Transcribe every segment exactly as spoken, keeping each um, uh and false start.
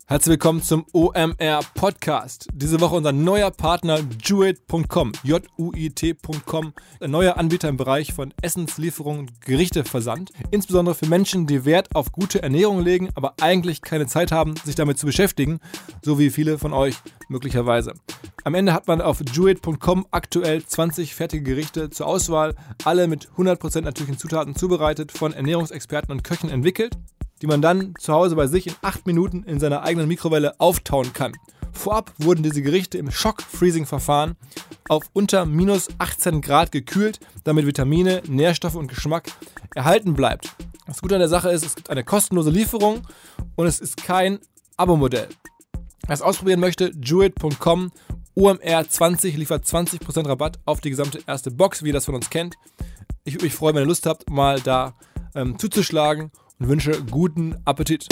Herzlich willkommen zum O M R Podcast. Diese Woche unser neuer Partner Juit Punkt com, J U I T Punkt com, ein neuer Anbieter im Bereich von Essenslieferung und Gerichteversand. Insbesondere für Menschen, die Wert auf gute Ernährung legen, aber eigentlich keine Zeit haben, sich damit zu beschäftigen, so wie viele von euch möglicherweise. Am Ende hat man auf Juit Punkt com aktuell zwanzig fertige Gerichte zur Auswahl, alle mit hundert Prozent natürlichen Zutaten zubereitet, von Ernährungsexperten und Köchen entwickelt, die man dann zu Hause bei sich in acht Minuten in seiner eigenen Mikrowelle auftauen kann. Vorab wurden diese Gerichte im Shock-Freezing-Verfahren auf unter minus achtzehn Grad gekühlt, damit Vitamine, Nährstoffe und Geschmack erhalten bleibt. Das Gute an der Sache ist, es gibt eine kostenlose Lieferung und es ist kein Abo-Modell. Wer es ausprobieren möchte, Juit Punkt com, O M R zwanzig liefert zwanzig Prozent Rabatt auf die gesamte erste Box, wie ihr das von uns kennt. Ich würde mich freuen, wenn ihr Lust habt, mal da ähm, zuzuschlagen. Und wünsche guten Appetit.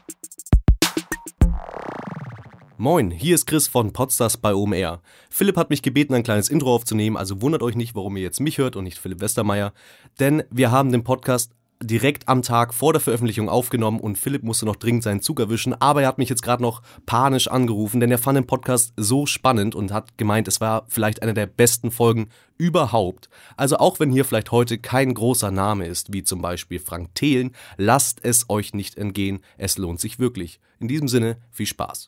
Moin, hier ist Chris von Podstars bei O M R. Philipp hat mich gebeten, ein kleines Intro aufzunehmen, also wundert euch nicht, warum ihr jetzt mich hört und nicht Philipp Westermeier, denn wir haben den Podcast direkt am Tag vor der Veröffentlichung aufgenommen und Philipp musste noch dringend seinen Zug erwischen, aber er hat mich jetzt gerade noch panisch angerufen, denn er fand den Podcast so spannend und hat gemeint, es war vielleicht eine der besten Folgen überhaupt. Also auch wenn hier vielleicht heute kein großer Name ist, wie zum Beispiel Frank Thelen, lasst es euch nicht entgehen, es lohnt sich wirklich. In diesem Sinne, viel Spaß.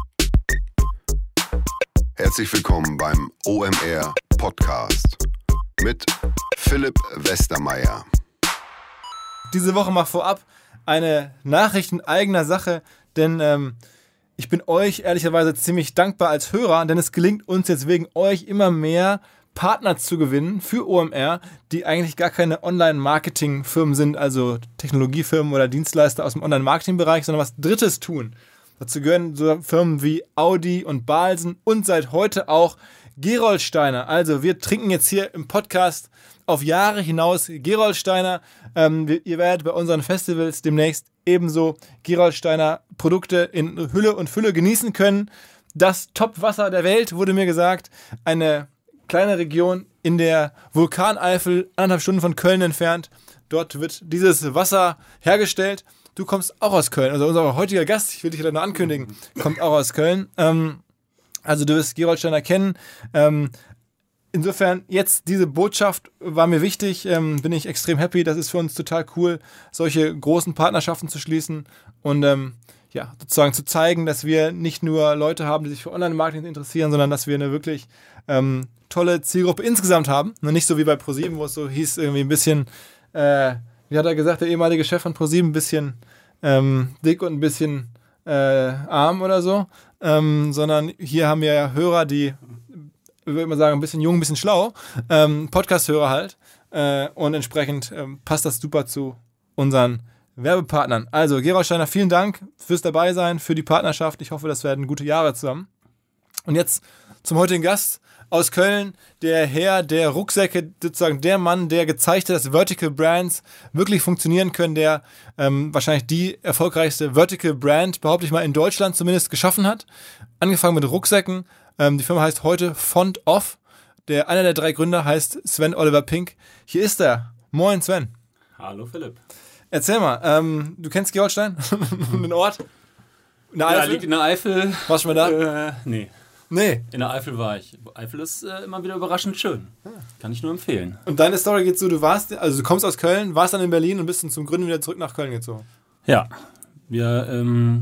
Herzlich willkommen beim O M R Podcast mit Philipp Westermeier. Diese Woche mal vorab eine Nachricht in eigener Sache, denn ähm, ich bin euch ehrlicherweise ziemlich dankbar als Hörer, denn es gelingt uns jetzt wegen euch immer mehr Partner zu gewinnen für O M R, die eigentlich gar keine Online-Marketing-Firmen sind, also Technologiefirmen oder Dienstleister aus dem Online-Marketing-Bereich, sondern was Drittes tun. Dazu gehören so Firmen wie Audi und Balsen und seit heute auch Gerolsteiner. Also wir trinken jetzt hier im Podcast auf Jahre hinaus Gerolsteiner. Ähm, wir, ihr werdet bei unseren Festivals demnächst ebenso Gerolsteiner Produkte in Hülle und Fülle genießen können. Das Top-Wasser der Welt, wurde mir gesagt. Eine kleine Region in der Vulkaneifel, anderthalb Stunden von Köln entfernt. Dort wird dieses Wasser hergestellt. Du kommst auch aus Köln. Also unser heutiger Gast, ich will dich leider ankündigen, kommt auch aus Köln. Ähm, also du wirst Gerolsteiner kennen. Ähm, Insofern, jetzt diese Botschaft war mir wichtig, ähm, bin ich extrem happy, das ist für uns total cool, solche großen Partnerschaften zu schließen und ähm, ja, sozusagen zu zeigen, dass wir nicht nur Leute haben, die sich für Online-Marketing interessieren, sondern dass wir eine wirklich ähm, tolle Zielgruppe insgesamt haben. Und nicht so wie bei ProSieben, wo es so hieß, irgendwie ein bisschen, äh, wie hat er gesagt, der ehemalige Chef von ProSieben, ein bisschen ähm, dick und ein bisschen äh, arm oder so, ähm, sondern hier haben wir ja Hörer, die ich würde mal sagen, ein bisschen jung, ein bisschen schlau, ähm, Podcast-Hörer halt. Äh, und entsprechend ähm, passt das super zu unseren Werbepartnern. Also, Gerolsteiner, vielen Dank fürs Dabeisein, für die Partnerschaft. Ich hoffe, das werden gute Jahre zusammen. Und jetzt zum heutigen Gast aus Köln, der Herr der Rucksäcke, sozusagen der Mann, der gezeigt hat, dass Vertical Brands wirklich funktionieren können, der ähm, wahrscheinlich die erfolgreichste Vertical Brand, behaupte ich mal, in Deutschland zumindest geschaffen hat. Angefangen mit Rucksäcken. Die Firma heißt heute Font Off. Der, einer der drei Gründer heißt Sven Oliver Pink. Hier ist er. Moin Sven. Hallo Philipp. Erzähl mal, ähm, du kennst Gerolstein? Den Ort? In der Eifel? Ja, liegt in der Eifel. Warst du schon mal da? Äh, nee. Nee. In der Eifel war ich. Eifel ist äh, immer wieder überraschend schön. Kann ich nur empfehlen. Und deine Story geht so, du warst, also du kommst aus Köln, warst dann in Berlin und bist dann zum Gründen wieder zurück nach Köln gezogen. Ja. Wir, ähm,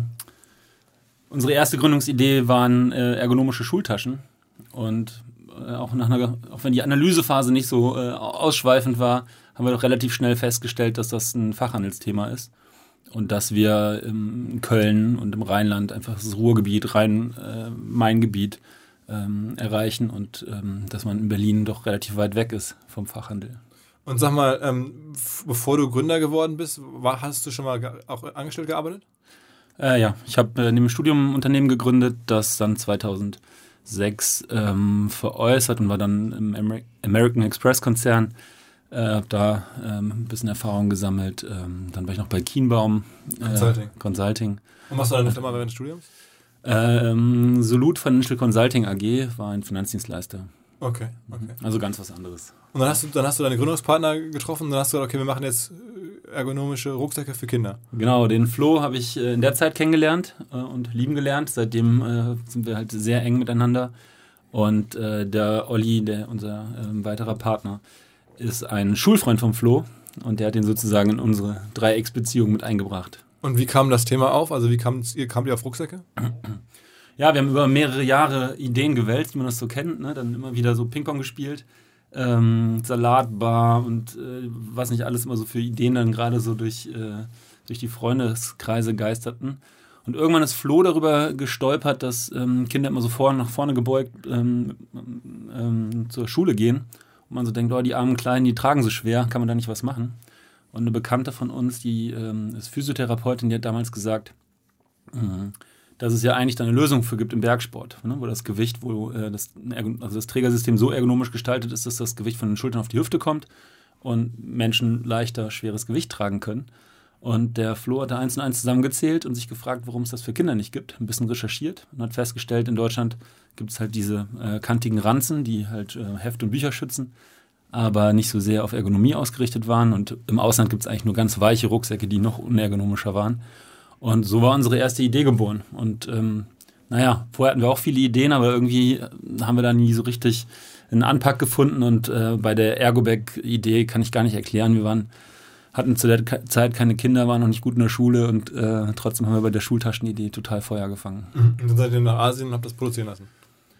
unsere erste Gründungsidee waren äh, ergonomische Schultaschen. Und äh, auch, nach einer, auch wenn die Analysephase nicht so äh, ausschweifend war, haben wir doch relativ schnell festgestellt, dass das ein Fachhandelsthema ist. Und dass wir ähm, in Köln und im Rheinland einfach das Ruhrgebiet, Rhein-Main-Gebiet ähm, erreichen und ähm, dass man in Berlin doch relativ weit weg ist vom Fachhandel. Und sag mal, ähm, f- bevor du Gründer geworden bist, war, hast du schon mal ge- auch angestellt gearbeitet? Äh, ja, ich habe äh, neben dem Studium ein Unternehmen gegründet, das dann zweitausendsechs ähm, veräußert und war dann im Amer- American Express Konzern. Äh, habe da ähm, ein bisschen Erfahrung gesammelt. Ähm, dann war ich noch bei Kienbaum äh, Consulting. Consulting. Und machst du dann mal während des Studiums? Ähm, Solute Financial Consulting A G war ein Finanzdienstleister. Okay, okay. Also ganz was anderes. Und dann hast du, dann hast du deine Gründungspartner getroffen und dann hast du gesagt, okay, wir machen jetzt ergonomische Rucksäcke für Kinder. Genau, den Flo habe ich in der Zeit kennengelernt äh, und lieben gelernt. Seitdem äh, sind wir halt sehr eng miteinander. Und äh, der Olli, der, unser äh, weiterer Partner, ist ein Schulfreund vom Flo und der hat ihn sozusagen in unsere Dreiecksbeziehung mit eingebracht. Und wie kam das Thema auf? Also wie kamt ihr, kamt ihr auf Rucksäcke? Ja, wir haben über mehrere Jahre Ideen gewälzt, wie man das so kennt. Ne? Dann immer wieder so Ping-Pong gespielt, ähm, Salatbar und äh, was nicht alles immer so für Ideen dann gerade so durch, äh, durch die Freundeskreise geisterten. Und irgendwann ist Flo darüber gestolpert, dass ähm, Kinder immer so vor, nach vorne gebeugt ähm, ähm, zur Schule gehen. Und man so denkt, oh, die armen Kleinen, die tragen so schwer, kann man da nicht was machen? Und eine Bekannte von uns, die ähm, ist Physiotherapeutin, die hat damals gesagt, äh, dass es ja eigentlich da eine Lösung für gibt im Bergsport, ne, wo das Gewicht, wo äh, das, also das Trägersystem so ergonomisch gestaltet ist, dass das Gewicht von den Schultern auf die Hüfte kommt und Menschen leichter schweres Gewicht tragen können. Und der Flo hat da eins und eins zusammengezählt und sich gefragt, warum es das für Kinder nicht gibt. Ein bisschen recherchiert und hat festgestellt, in Deutschland gibt es halt diese äh, kantigen Ranzen, die halt äh, Heft und Bücher schützen, aber nicht so sehr auf Ergonomie ausgerichtet waren. Und im Ausland gibt es eigentlich nur ganz weiche Rucksäcke, die noch unergonomischer waren. Und so war unsere erste Idee geboren. Und ähm, naja, vorher hatten wir auch viele Ideen, aber irgendwie haben wir da nie so richtig einen Anpack gefunden. Und äh, bei der Ergobag-Idee kann ich gar nicht erklären. Wir waren, hatten zu der Zeit keine Kinder, waren noch nicht gut in der Schule und äh, trotzdem haben wir bei der Schultaschenidee total Feuer gefangen. Und dann seid ihr nach Asien und habt das produzieren lassen?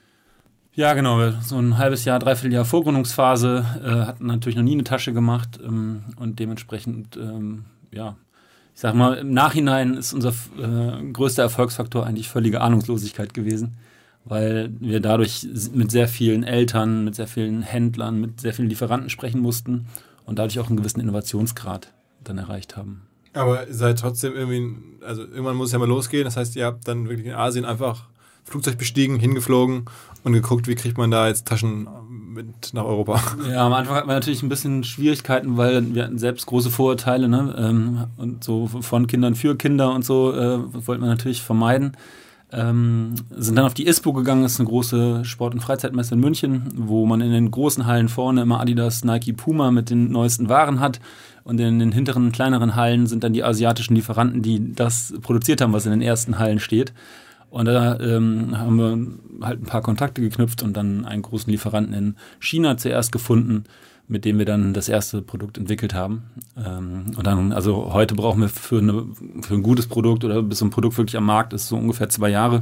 Ja, genau. So ein halbes Jahr, dreiviertel Jahr Vorgründungsphase, äh, hatten natürlich noch nie eine Tasche gemacht ähm, und dementsprechend, ähm, ja, ich sag mal, im Nachhinein ist unser äh, größter Erfolgsfaktor eigentlich völlige Ahnungslosigkeit gewesen, weil wir dadurch mit sehr vielen Eltern, mit sehr vielen Händlern, mit sehr vielen Lieferanten sprechen mussten und dadurch auch einen gewissen Innovationsgrad dann erreicht haben. Aber ihr seid trotzdem irgendwie, also irgendwann muss es ja mal losgehen, das heißt, ihr habt dann wirklich in Asien einfach Flugzeug bestiegen, hingeflogen und geguckt, wie kriegt man da jetzt Taschen mit nach Europa. Ja, am Anfang hatten wir natürlich ein bisschen Schwierigkeiten, weil wir hatten selbst große Vorurteile, ne? Ähm, und so von Kindern für Kinder und so äh, wollten wir natürlich vermeiden. Ähm, sind dann auf die ISPO gegangen, das ist eine große Sport- und Freizeitmesse in München, wo man in den großen Hallen vorne immer Adidas, Nike, Puma mit den neuesten Waren hat und in den hinteren, kleineren Hallen sind dann die asiatischen Lieferanten, die das produziert haben, was in den ersten Hallen steht. Und da ähm, haben wir halt ein paar Kontakte geknüpft und dann einen großen Lieferanten in China zuerst gefunden, mit dem wir dann das erste Produkt entwickelt haben. Ähm, und dann, also heute brauchen wir für, eine, für ein gutes Produkt oder bis so ein Produkt wirklich am Markt ist, so ungefähr zwei Jahre.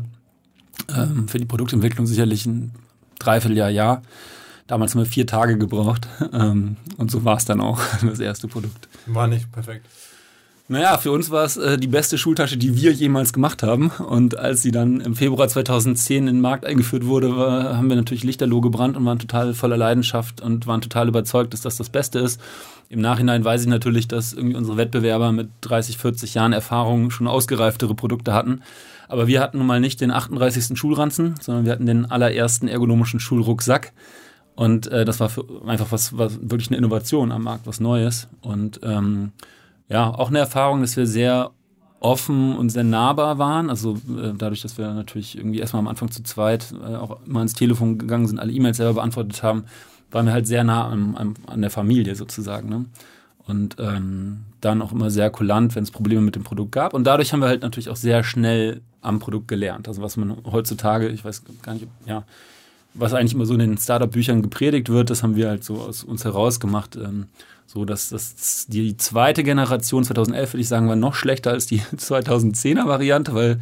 Ähm, für die Produktentwicklung sicherlich ein Dreivierteljahr, Jahr. Damals haben wir vier Tage gebraucht. Ähm, und so war es dann auch, das erste Produkt. War nicht perfekt. Naja, für uns war es äh, die beste Schultasche, die wir jemals gemacht haben. Und als sie dann im Februar zweitausendzehn in den Markt eingeführt wurde, war, haben wir natürlich lichterloh gebrannt und waren total voller Leidenschaft und waren total überzeugt, dass das das Beste ist. Im Nachhinein weiß ich natürlich, dass irgendwie unsere Wettbewerber mit dreißig, vierzig Jahren Erfahrung schon ausgereiftere Produkte hatten. Aber wir hatten nun mal nicht den achtunddreißigsten Schulranzen, sondern wir hatten den allerersten ergonomischen Schulrucksack. Und äh, das war für einfach was, was wirklich eine Innovation am Markt, was Neues. Und ähm, ja, auch eine Erfahrung, dass wir sehr offen und sehr nahbar waren. Also äh, dadurch, dass wir natürlich irgendwie erstmal am Anfang zu zweit äh, auch immer ins Telefon gegangen sind, alle E-Mails selber beantwortet haben, waren wir halt sehr nah an, an, an der Familie sozusagen. Ne? Und ähm, dann auch immer sehr kulant, wenn es Probleme mit dem Produkt gab. Und dadurch haben wir halt natürlich auch sehr schnell am Produkt gelernt. Also was man heutzutage, ich weiß gar nicht, ja, was eigentlich immer so in den Startup-Büchern gepredigt wird, das haben wir halt so aus uns heraus gemacht. Ähm, so, dass das die zweite Generation, zweitausendelf würde ich sagen, war noch schlechter als die zweitausendzehner Variante, weil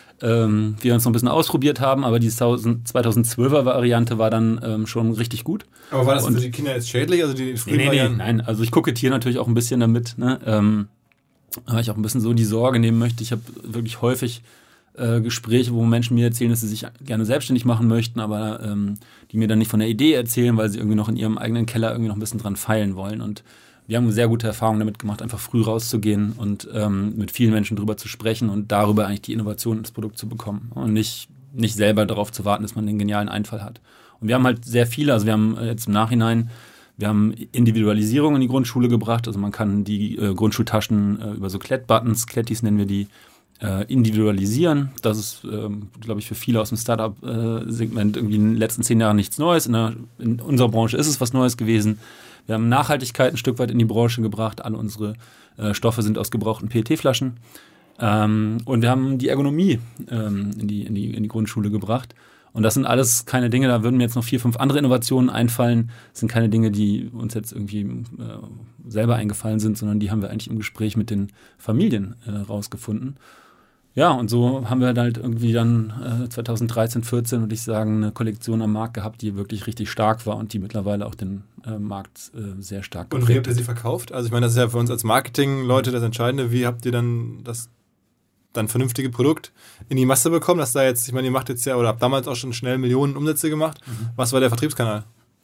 ähm, wir uns noch ein bisschen ausprobiert haben, aber die zweitausendzwölfer Variante war dann ähm, schon richtig gut. Aber war das Und, für die Kinder jetzt schädlich? Also die frühen nee, nee, Varianten? nee, nein, also ich kokettiere natürlich auch ein bisschen damit, ne? ähm, weil ich auch ein bisschen so die Sorge nehmen möchte. Ich habe wirklich häufig Äh, Gespräche, wo Menschen mir erzählen, dass sie sich gerne selbstständig machen möchten, aber ähm, die mir dann nicht von der Idee erzählen, weil sie irgendwie noch in ihrem eigenen Keller irgendwie noch ein bisschen dran feilen wollen. Und wir haben sehr gute Erfahrungen damit gemacht, einfach früh rauszugehen und ähm, mit vielen Menschen drüber zu sprechen und darüber eigentlich die Innovation ins Produkt zu bekommen und nicht, nicht selber darauf zu warten, dass man den genialen Einfall hat. Und wir haben halt sehr viele, also wir haben jetzt im Nachhinein, wir haben Individualisierung in die Grundschule gebracht, also man kann die äh, Grundschultaschen äh, über so Klettbuttons, Klettis nennen wir die, äh, individualisieren. Das ist, ähm, glaube ich, für viele aus dem Startup-Segment irgendwie in den letzten zehn Jahren nichts Neues. In, der, in unserer Branche ist es was Neues gewesen. Wir haben Nachhaltigkeit ein Stück weit in die Branche gebracht. Alle unsere äh, Stoffe sind aus gebrauchten P E T-Flaschen. Ähm, und wir haben die Ergonomie ähm, in, die, in, die, in die Grundschule gebracht. Und das sind alles keine Dinge, da würden mir jetzt noch vier, fünf andere Innovationen einfallen. Das sind keine Dinge, die uns jetzt irgendwie äh, selber eingefallen sind, sondern die haben wir eigentlich im Gespräch mit den Familien äh, rausgefunden. Ja, und so haben wir halt irgendwie dann äh, zwanzig dreizehn, vierzehn, würde ich sagen, eine Kollektion am Markt gehabt, die wirklich richtig stark war und die mittlerweile auch den äh, Markt äh, sehr stark geprägt hat. Und wie habt ihr sie verkauft? Also ich meine, das ist ja für uns als Marketing-Leute das Entscheidende. Wie habt ihr dann das dann vernünftige Produkt in die Masse bekommen, dass da jetzt, ich meine, ihr macht jetzt ja, oder habt damals auch schon schnell Millionen Umsätze gemacht. Mhm. Was war der Vertriebskanal?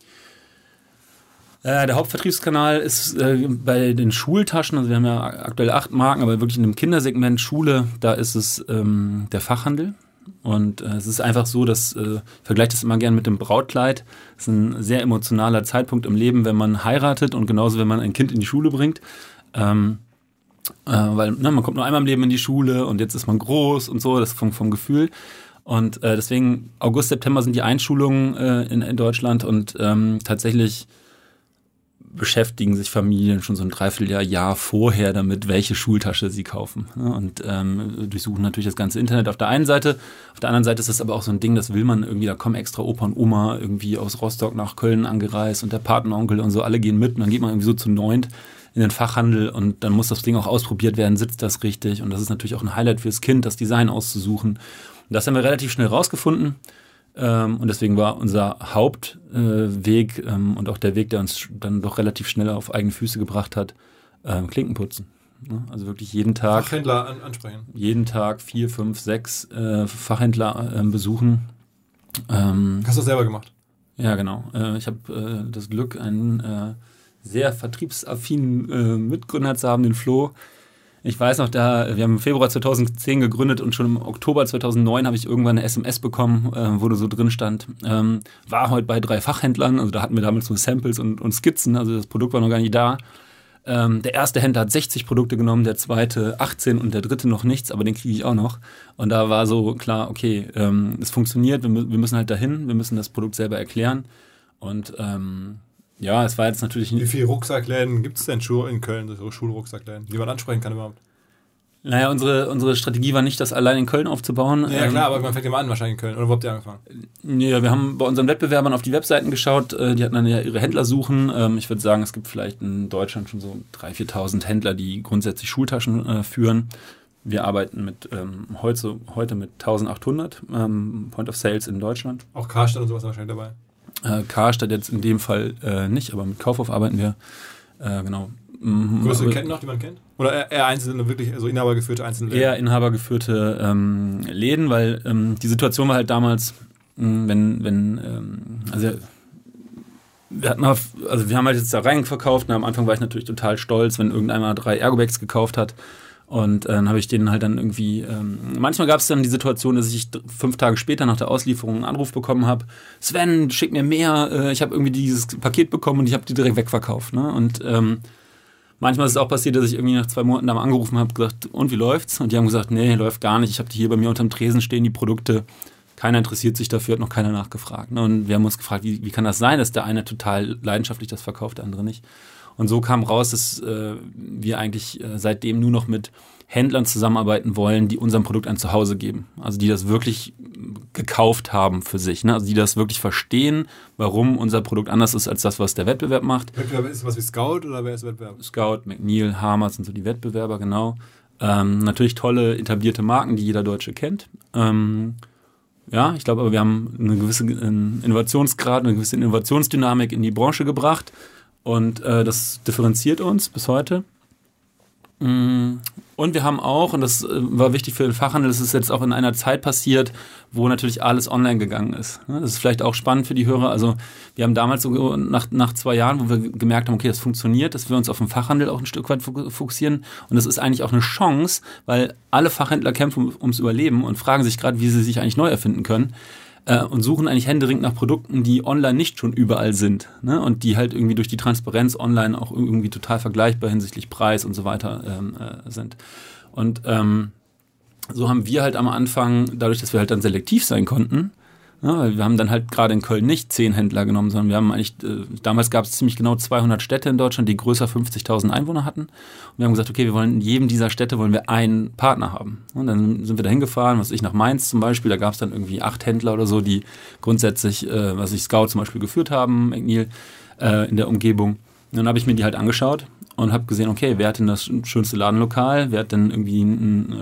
Äh, der Hauptvertriebskanal ist äh, bei den Schultaschen, also wir haben ja aktuell acht Marken, aber wirklich in dem Kindersegment Schule, da ist es ähm, der Fachhandel. Und äh, es ist einfach so, dass, äh, ich vergleiche das immer gern mit dem Brautkleid, das ist ein sehr emotionaler Zeitpunkt im Leben, wenn man heiratet und genauso, wenn man ein Kind in die Schule bringt. Ähm, Äh, weil ne, man kommt nur einmal im Leben in die Schule und jetzt ist man groß und so, das ist vom, vom Gefühl. Und äh, deswegen August, September sind die Einschulungen äh, in, in Deutschland und ähm, tatsächlich beschäftigen sich Familien schon so ein Dreivierteljahr, Jahr vorher damit, welche Schultasche sie kaufen. Ne? Und ähm, durchsuchen natürlich das ganze Internet auf der einen Seite. Auf der anderen Seite ist das aber auch so ein Ding, das will man irgendwie, da kommen extra Opa und Oma irgendwie aus Rostock nach Köln angereist und der Patenonkel und so, alle gehen mit und dann geht man irgendwie so zu neunt in den Fachhandel und dann muss das Ding auch ausprobiert werden, sitzt das richtig und das ist natürlich auch ein Highlight fürs Kind, das Design auszusuchen. Und das haben wir relativ schnell rausgefunden ähm, und deswegen war unser Hauptweg äh, ähm, und auch der Weg, der uns dann doch relativ schnell auf eigene Füße gebracht hat, äh, Klinken putzen. Ne? Also wirklich jeden Tag Fachhändler an, ansprechen. Jeden Tag vier, fünf, sechs äh, Fachhändler äh, besuchen. Ähm, Hast du das selber gemacht? Ja, genau. Äh, ich habe äh, das Glück, einen äh, sehr vertriebsaffinen äh, Mitgründer zu haben, den Flo. Ich weiß noch, da wir haben im Februar zweitausendzehn gegründet und schon im Oktober zweitausendneun habe ich irgendwann eine S M S bekommen, äh, wo da so drin stand, ähm, war heute bei drei Fachhändlern, also da hatten wir damals so Samples und, und Skizzen, also das Produkt war noch gar nicht da. Ähm, der erste Händler hat sechzig Produkte genommen, der zweite achtzehn und der dritte noch nichts, aber den kriege ich auch noch. Und da war so klar, okay, ähm, es funktioniert, wir, wir müssen halt dahin, wir müssen das Produkt selber erklären und ähm, ja, es war jetzt natürlich nicht. Wie viele Rucksackläden gibt es denn in Köln, so Schulrucksackläden, die man ansprechen kann überhaupt? Naja, unsere, unsere Strategie war nicht, das allein in Köln aufzubauen. Ja, ähm, klar, aber man fängt ja mal an wahrscheinlich in Köln. Oder wo habt ihr angefangen? Ja, wir haben bei unseren Wettbewerbern auf die Webseiten geschaut. Die hatten dann ja ihre Händler suchen. Ich würde sagen, es gibt vielleicht in Deutschland schon so dreitausend, viertausend Händler, die grundsätzlich Schultaschen äh, führen. Wir arbeiten mit ähm, heute, heute mit eintausendachthundert ähm, Point of Sales in Deutschland. Auch Karstadt und sowas wahrscheinlich dabei? Äh, Karstadt jetzt in dem Fall äh, nicht, aber mit Kaufhof arbeiten wir. Äh, genau. Mhm, größere Ketten noch, die man kennt? Oder eher einzelne, wirklich, also inhabergeführte einzelne Läden? Eher inhabergeführte ähm, Läden, weil ähm, die Situation war halt damals, mh, wenn, wenn, ähm, also wir hatten auf, also wir haben halt jetzt da rein verkauft und am Anfang war ich natürlich total stolz, wenn irgendeiner drei Ergobags gekauft hat. Und äh, dann habe ich denen halt dann irgendwie, ähm, manchmal gab es dann die Situation, dass ich fünf Tage später nach der Auslieferung einen Anruf bekommen habe, Sven, schick mir mehr, äh, ich habe irgendwie dieses Paket bekommen und ich habe die direkt wegverkauft. Ne? Und ähm, manchmal ist es auch passiert, dass ich irgendwie nach zwei Monaten da mal angerufen habe, gesagt, und wie läuft's? Und die haben gesagt, nee, läuft gar nicht, ich habe die hier bei mir unterm Tresen stehen, die Produkte, keiner interessiert sich dafür, hat noch keiner nachgefragt. Ne? Und wir haben uns gefragt, wie, wie kann das sein, dass der eine total leidenschaftlich das verkauft, der andere nicht? Und so kam raus, dass äh, wir eigentlich äh, seitdem nur noch mit Händlern zusammenarbeiten wollen, die unserem Produkt ein Zuhause geben. Also die das wirklich gekauft haben für sich. Ne? Also die das wirklich verstehen, warum unser Produkt anders ist als das, was der Wettbewerb macht. Wettbewerb ist was wie Scout oder wer ist Wettbewerb? Scout, McNeil, Harmer sind so die Wettbewerber, genau. Ähm, natürlich tolle etablierte Marken, die jeder Deutsche kennt. Ähm, ja, ich glaube aber, wir haben eine gewisse einen Innovationsgrad, eine gewisse Innovationsdynamik in die Branche gebracht. Und äh, das differenziert uns bis heute. Und wir haben auch, und das war wichtig für den Fachhandel, das ist jetzt auch in einer Zeit passiert, wo natürlich alles online gegangen ist. Das ist vielleicht auch spannend für die Hörer. Also wir haben damals so nach, nach zwei Jahren, wo wir gemerkt haben, okay, das funktioniert, dass wir uns auf den Fachhandel auch ein Stück weit fokussieren. Und das ist eigentlich auch eine Chance, weil alle Fachhändler kämpfen ums Überleben und fragen sich gerade, wie sie sich eigentlich neu erfinden können. Und suchen eigentlich händeringend nach Produkten, die online nicht schon überall sind, ne? Und die halt irgendwie durch die Transparenz online auch irgendwie total vergleichbar hinsichtlich Preis und so weiter ähm, äh, sind. Und ähm, so haben wir halt am Anfang, dadurch, dass wir halt dann selektiv sein konnten, ja, wir haben dann halt gerade in Köln nicht zehn Händler genommen, sondern wir haben eigentlich, äh, damals gab es ziemlich genau zweihundert Städte in Deutschland, die größer fünfzigtausend Einwohner hatten. Und wir haben gesagt, okay, wir wollen in jedem dieser Städte wollen wir einen Partner haben. Und dann sind wir da hingefahren, was ich nach Mainz zum Beispiel, da gab es dann irgendwie acht Händler oder so, die grundsätzlich, äh, was ich Scout zum Beispiel geführt haben, McNeil, äh, in der Umgebung. Und dann habe ich mir die halt angeschaut und habe gesehen, okay, wer hat denn das schönste Ladenlokal, wer hat denn irgendwie ein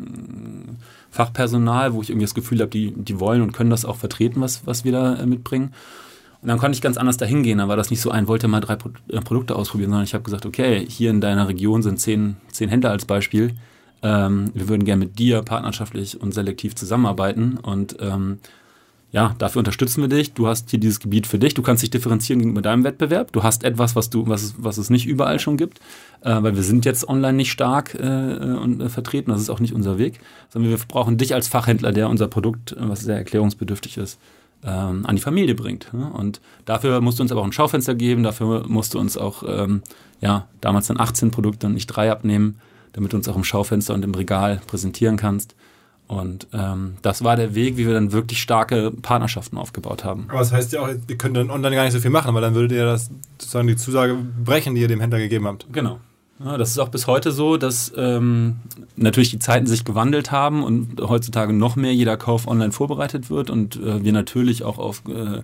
ähm, Fachpersonal, wo ich irgendwie das Gefühl habe, die, die wollen und können das auch vertreten, was, was wir da äh, mitbringen. Und dann konnte ich ganz anders dahin gehen. Dann war das nicht so ein, wollte mal drei Pro- äh, Produkte ausprobieren, sondern ich habe gesagt, okay, hier in deiner Region sind zehn, zehn Händler als Beispiel. Ähm, wir würden gerne mit dir partnerschaftlich und selektiv zusammenarbeiten und ähm, ja, dafür unterstützen wir dich. Du hast hier dieses Gebiet für dich. Du kannst dich differenzieren gegenüber deinem Wettbewerb. Du hast etwas, was du, was es, was es nicht überall schon gibt, äh, weil wir sind jetzt online nicht stark äh, und äh, vertreten. Das ist auch nicht unser Weg, sondern wir brauchen dich als Fachhändler, der unser Produkt, was sehr erklärungsbedürftig ist, ähm, an die Familie bringt. Ja? Und dafür musst du uns aber auch ein Schaufenster geben. Dafür musst du uns auch, ähm, ja, damals dann achtzehn Produkte und nicht drei abnehmen, damit du uns auch im Schaufenster und im Regal präsentieren kannst. Und ähm, das war der Weg, wie wir dann wirklich starke Partnerschaften aufgebaut haben. Aber das heißt ja auch, ihr könnt dann online gar nicht so viel machen, weil dann würdet ihr das sozusagen die Zusage brechen, die ihr dem Händler gegeben habt. Genau. Ja, das ist auch bis heute so, dass ähm, natürlich die Zeiten sich gewandelt haben und heutzutage noch mehr jeder Kauf online vorbereitet wird und äh, wir natürlich auch auf äh,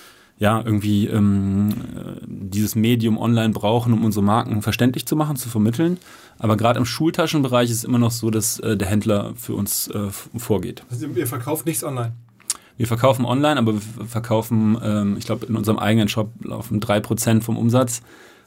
ja, irgendwie ähm, dieses Medium online brauchen, um unsere Marken verständlich zu machen, zu vermitteln. Aber gerade im Schultaschenbereich ist es immer noch so, dass äh, der Händler für uns äh, vorgeht. Also ihr verkauft nichts online? Wir verkaufen online, aber wir verkaufen, ähm, ich glaube, in unserem eigenen Shop laufen drei Prozent vom Umsatz.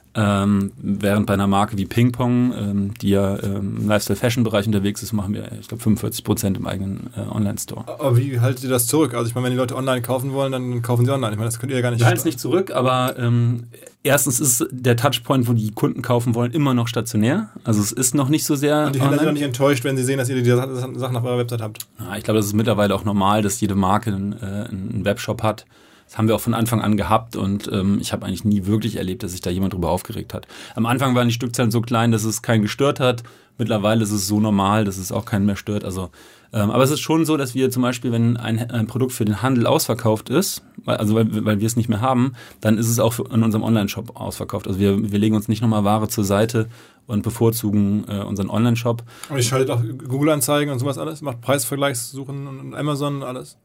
Ähm, während bei einer Marke wie Ping Pong, ähm, die ja ähm, im Lifestyle-Fashion-Bereich unterwegs ist, machen wir, ich glaube, fünfundvierzig Prozent im eigenen äh, Online-Store. Aber wie haltet ihr das zurück? Also ich meine, wenn die Leute online kaufen wollen, dann kaufen sie online. Ich meine, das könnt ihr ja gar nicht... Wir halten es nicht zurück, aber ähm, erstens ist der Touchpoint, wo die Kunden kaufen wollen, immer noch stationär. Also es ist noch nicht so sehr... Und die Händler sind doch nicht enttäuscht, wenn sie sehen, dass ihr die Sachen auf eurer Website habt. Ja, ich glaube, das ist mittlerweile auch normal, dass jede Marke einen, äh, einen Webshop hat. Das haben wir auch von Anfang an gehabt und ähm, ich habe eigentlich nie wirklich erlebt, dass sich da jemand drüber aufgeregt hat. Am Anfang waren die Stückzahlen so klein, dass es keinen gestört hat. Mittlerweile ist es so normal, dass es auch keinen mehr stört. Also, ähm, aber es ist schon so, dass wir zum Beispiel, wenn ein, ein Produkt für den Handel ausverkauft ist, weil, also weil, weil wir es nicht mehr haben, dann ist es auch in unserem Online-Shop ausverkauft. Also wir, wir legen uns nicht nochmal Ware zur Seite und bevorzugen äh, unseren Online-Shop. Und ich schaltet auch Google-Anzeigen und sowas alles? Macht Preisvergleichssuchen und Amazon und alles?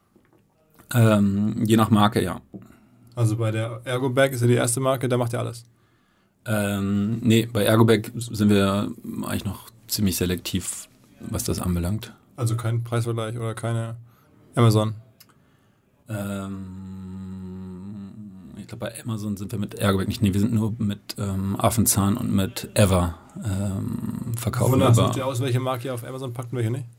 Ähm, je nach Marke, ja. Also bei der Ergobag ist ja die erste Marke, da macht ihr alles? Ähm, nee, bei Ergobag sind wir eigentlich noch ziemlich selektiv, was das anbelangt. Also kein Preisvergleich oder keine Amazon? Ähm, ich glaube, bei Amazon sind wir mit Ergobag nicht. Nee, wir sind nur mit ähm, Affenzahn und mit Ever ähm, verkaufen. Wonach sucht ihr aus, welche Marke ihr auf Amazon packt und welche nicht?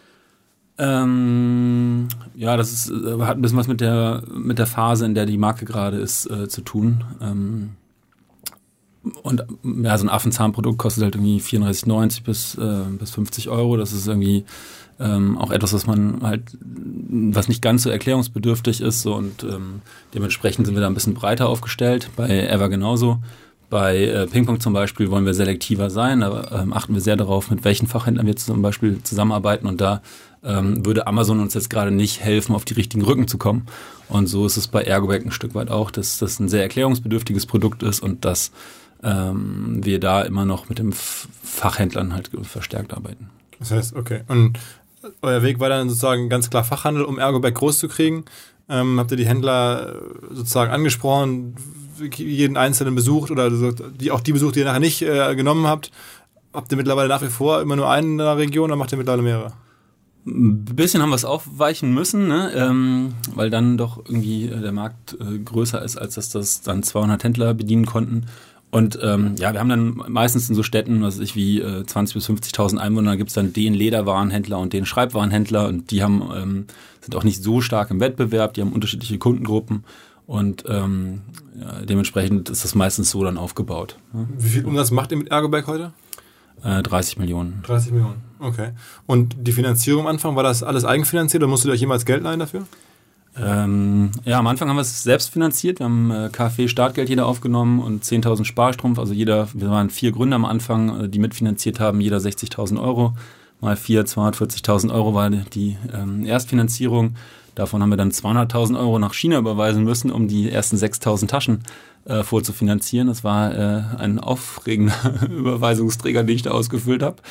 Ähm, ja, das ist, hat ein bisschen was mit der, mit der Phase, in der die Marke gerade ist, äh, zu tun. Ähm, und ja, so ein Affenzahnprodukt kostet halt irgendwie vierunddreißig neunzig bis, äh, bis fünfzig Euro. Das ist irgendwie ähm, auch etwas, was man halt, was nicht ganz so erklärungsbedürftig ist. So, und ähm, dementsprechend sind wir da ein bisschen breiter aufgestellt. Bei Ever genauso. Bei äh, Ping Pong zum Beispiel wollen wir selektiver sein. Da ähm, achten wir sehr darauf, mit welchen Fachhändlern wir zum Beispiel zusammenarbeiten. Und da ähm, würde Amazon uns jetzt gerade nicht helfen, auf die richtigen Rücken zu kommen. Und so ist es bei Ergobag ein Stück weit auch, dass das ein sehr erklärungsbedürftiges Produkt ist und dass ähm, wir da immer noch mit den Fachhändlern halt verstärkt arbeiten. Das heißt, okay. Und euer Weg war dann sozusagen ganz klar Fachhandel, um Ergobag groß zu kriegen. Ähm, habt ihr die Händler sozusagen angesprochen, jeden einzelnen besucht oder die, auch die besucht, die ihr nachher nicht äh, genommen habt? Habt ihr mittlerweile nach wie vor immer nur einen in der Region oder macht ihr mittlerweile mehrere? Ein bisschen haben wir es aufweichen müssen, ne? ähm, weil dann doch irgendwie der Markt äh, größer ist, als dass das dann zweihundert Händler bedienen konnten. Und ähm, ja, wir haben dann meistens in so Städten, was weiß ich, wie äh, zwanzigtausend bis fünfzigtausend Einwohner, gibt es dann den Lederwarenhändler und den Schreibwarenhändler und die haben ähm, sind auch nicht so stark im Wettbewerb, die haben unterschiedliche Kundengruppen und ähm, ja, dementsprechend ist das meistens so dann aufgebaut. Ne? Wie viel Umsatz macht ihr mit Ergobag heute? Äh, dreißig Millionen. dreißig Millionen, okay. Und die Finanzierung am Anfang, war das alles eigenfinanziert oder musstet ihr euch jemals Geld leihen dafür? Ähm, ja, am Anfang haben wir es selbst finanziert. Wir haben äh, KfW-Startgeld jeder aufgenommen und zehntausend Sparstrumpf. Also jeder, wir waren vier Gründer am Anfang, äh, die mitfinanziert haben, jeder sechzigtausend Euro. mal vier, zweihundertvierzigtausend Euro war die, die ähm, Erstfinanzierung. Davon haben wir dann zweihunderttausend Euro nach China überweisen müssen, um die ersten sechstausend Taschen äh, vorzufinanzieren. Das war äh, ein aufregender Überweisungsträger, den ich da ausgefüllt habe.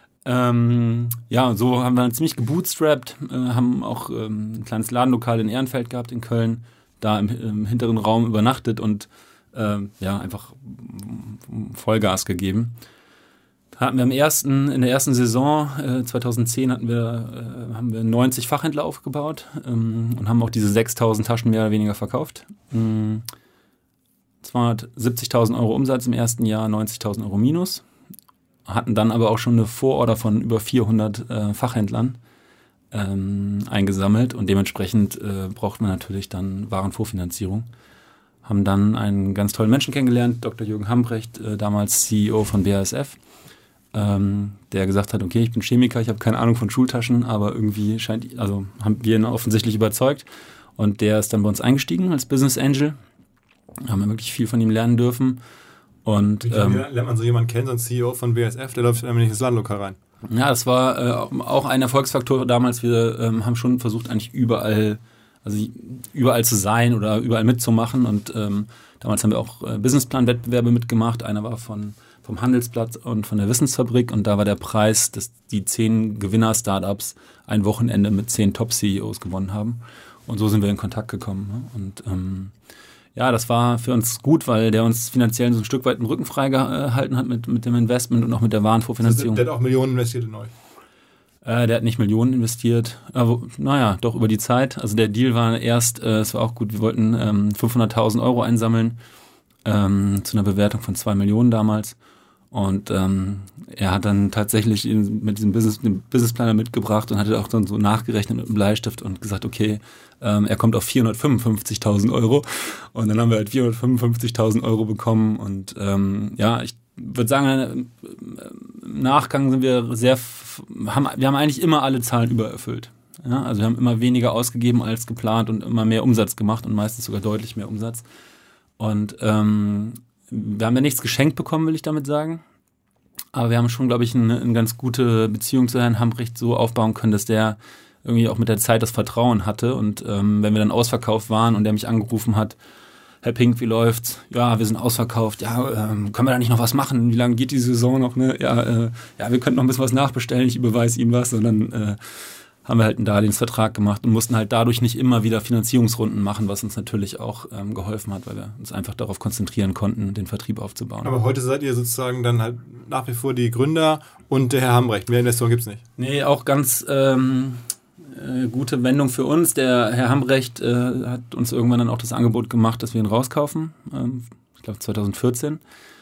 Ähm, ja, so haben wir dann ziemlich gebootstrapped, äh, haben auch ähm, ein kleines Ladenlokal in Ehrenfeld gehabt in Köln, da im, im hinteren Raum übernachtet und äh, ja, einfach Vollgas gegeben. Da hatten wir im ersten, in der ersten Saison äh, zweitausendzehn hatten wir, äh, haben wir neunzig Fachhändler aufgebaut ähm, und haben auch diese sechstausend Taschen mehr oder weniger verkauft. Ähm, zweihundertsiebzigtausend Euro Umsatz im ersten Jahr, neunzigtausend Euro Minus. Hatten dann aber auch schon eine Vororder von über vierhundert äh, Fachhändlern ähm, eingesammelt und dementsprechend äh, braucht man natürlich dann Warenvorfinanzierung. Haben dann einen ganz tollen Menschen kennengelernt, Doktor Jürgen Hambrecht, äh, damals C E O von B A S F, ähm, der gesagt hat, okay, ich bin Chemiker, ich habe keine Ahnung von Schultaschen, aber irgendwie scheint, also haben wir ihn offensichtlich überzeugt und der ist dann bei uns eingestiegen als Business Angel. Haben wir wirklich viel von ihm lernen dürfen. Und, Wie ähm, lernt man so jemanden kennen, so ein C E O von B A S F, der läuft nämlich ins Ladenlokal rein? Ja, das war äh, auch ein Erfolgsfaktor damals. Wir ähm, haben schon versucht, eigentlich überall, also überall zu sein oder überall mitzumachen. Und ähm, damals haben wir auch äh, Businessplan-Wettbewerbe mitgemacht. Einer war von, vom Handelsblatt und von der Wissensfabrik. Und da war der Preis, dass die zehn Gewinner-Startups ein Wochenende mit zehn Top-C E Os gewonnen haben. Und so sind wir in Kontakt gekommen. Ne? Und ähm, ja, das war für uns gut, weil der uns finanziell so ein Stück weit den Rücken freigehalten hat mit, mit dem Investment und auch mit der Warenvorfinanzierung. Also der hat auch Millionen investiert in euch? Äh, der hat nicht Millionen investiert, aber naja, doch über die Zeit. Also der Deal war erst, äh, es war auch gut, wir wollten ähm, fünfhunderttausend Euro einsammeln, ähm, zu einer Bewertung von zwei Millionen damals. Und ähm, er hat dann tatsächlich mit diesem Business, den Businessplaner mitgebracht und hatte auch dann so nachgerechnet mit einem Bleistift und gesagt, okay, ähm, er kommt auf vierhundertfünfundfünfzigtausend Euro. Und dann haben wir halt vierhundertfünfundfünfzigtausend Euro bekommen. Und ähm, ja, ich würde sagen, im Nachgang sind wir sehr, haben, wir haben eigentlich immer alle Zahlen übererfüllt. Ja, also wir haben immer weniger ausgegeben als geplant und immer mehr Umsatz gemacht und meistens sogar deutlich mehr Umsatz. Und ähm, wir haben ja nichts geschenkt bekommen, will ich damit sagen. Aber wir haben schon, glaube ich, eine, eine ganz gute Beziehung zu Herrn Hambrecht so aufbauen können, dass der irgendwie auch mit der Zeit das Vertrauen hatte. Und ähm, wenn wir dann ausverkauft waren und der mich angerufen hat, Herr Pink, wie läuft's? Ja, wir sind ausverkauft. Ja, ähm, können wir da nicht noch was machen? Wie lange geht die Saison noch? Ne? Ja, äh, ja, wir könnten noch ein bisschen was nachbestellen. Ich überweise Ihnen was. Und dann äh, haben wir halt einen Darlehensvertrag gemacht und mussten halt dadurch nicht immer wieder Finanzierungsrunden machen, was uns natürlich auch ähm, geholfen hat, weil wir uns einfach darauf konzentrieren konnten, den Vertrieb aufzubauen. Aber heute seid ihr sozusagen dann halt nach wie vor die Gründer und der Herr Hambrecht. Mehr Investoren gibt's nicht. Nee, auch ganz ähm, äh, gute Wendung für uns. Der Herr Hambrecht äh, hat uns irgendwann dann auch das Angebot gemacht, dass wir ihn rauskaufen. Ähm, ich glaube zweitausendvierzehn.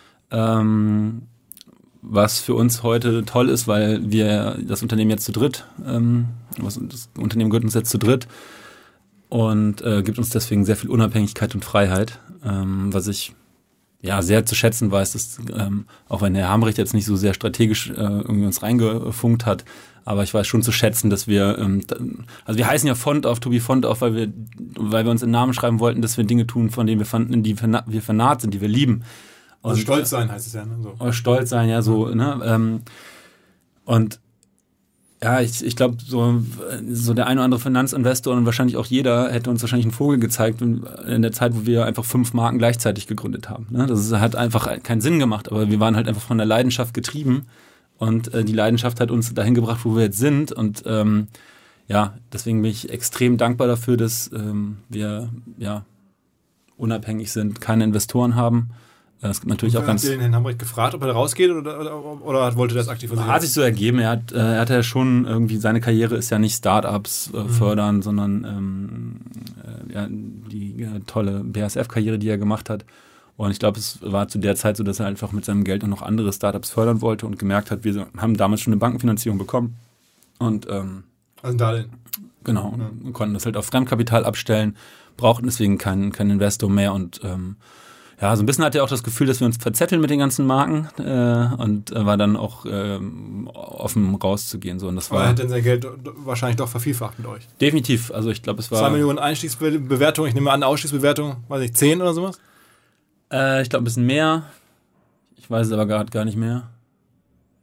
Ähm, was für uns heute toll ist, weil wir das Unternehmen jetzt zu dritt, ähm, was, das Unternehmen gehört uns jetzt zu dritt und äh, gibt uns deswegen sehr viel Unabhängigkeit und Freiheit, ähm, was ich ja sehr zu schätzen weiß, dass, ähm, auch wenn Herr Hambrecht jetzt nicht so sehr strategisch äh, irgendwie uns reingefunkt hat, aber ich weiß schon zu schätzen, dass wir, ähm, also wir heißen ja Font auf, To Be Font auf, weil wir, weil wir uns in den Namen schreiben wollten, dass wir Dinge tun, von denen wir fanden, in die wir, wir vernarrt sind, die wir lieben. Und also stolz sein heißt es ja. Ne? So. Stolz sein, ja, so. Ne? Ähm, und ja, ich, ich glaube, so, so der ein oder andere Finanzinvestor und wahrscheinlich auch jeder hätte uns wahrscheinlich einen Vogel gezeigt in der Zeit, wo wir einfach fünf Marken gleichzeitig gegründet haben. Ne? Das hat einfach keinen Sinn gemacht, aber wir waren halt einfach von der Leidenschaft getrieben und äh, die Leidenschaft hat uns dahin gebracht, wo wir jetzt sind. Und ähm, ja, deswegen bin ich extrem dankbar dafür, dass ähm, wir ja unabhängig sind, keine Investoren haben. Es gibt natürlich auch ganz. Habt ihr den Herrn Hambrecht gefragt, ob er da rausgeht oder, oder, oder wollte er das aktiv von sich? Hat sich so ergeben. Er hat, äh, er hat ja schon irgendwie, seine Karriere ist ja nicht Startups äh, fördern, mhm. sondern ähm, äh, ja, die äh, tolle B A S F-Karriere, die er gemacht hat. Und ich glaube, es war zu der Zeit so, dass er einfach mit seinem Geld auch noch andere Startups fördern wollte und gemerkt hat, wir haben damals schon eine Bankenfinanzierung bekommen. Und ähm, also ein Darlehen. Genau, ja. Und konnten das halt auf Fremdkapital abstellen, brauchten deswegen keinen keinen Investor mehr und ähm, ja, so ein bisschen hatte er auch das Gefühl, dass wir uns verzetteln mit den ganzen Marken äh, und äh, war dann auch äh, offen rauszugehen. So. Und das war, aber er hat dann sein Geld wahrscheinlich doch vervielfacht mit euch. Definitiv, also ich glaube, es war... Zwei Millionen Einstiegsbewertung, ich nehme an, Ausstiegsbewertung, weiß ich, zehn oder sowas? Äh, ich glaube, ein bisschen mehr. Ich weiß es aber gerade gar nicht mehr.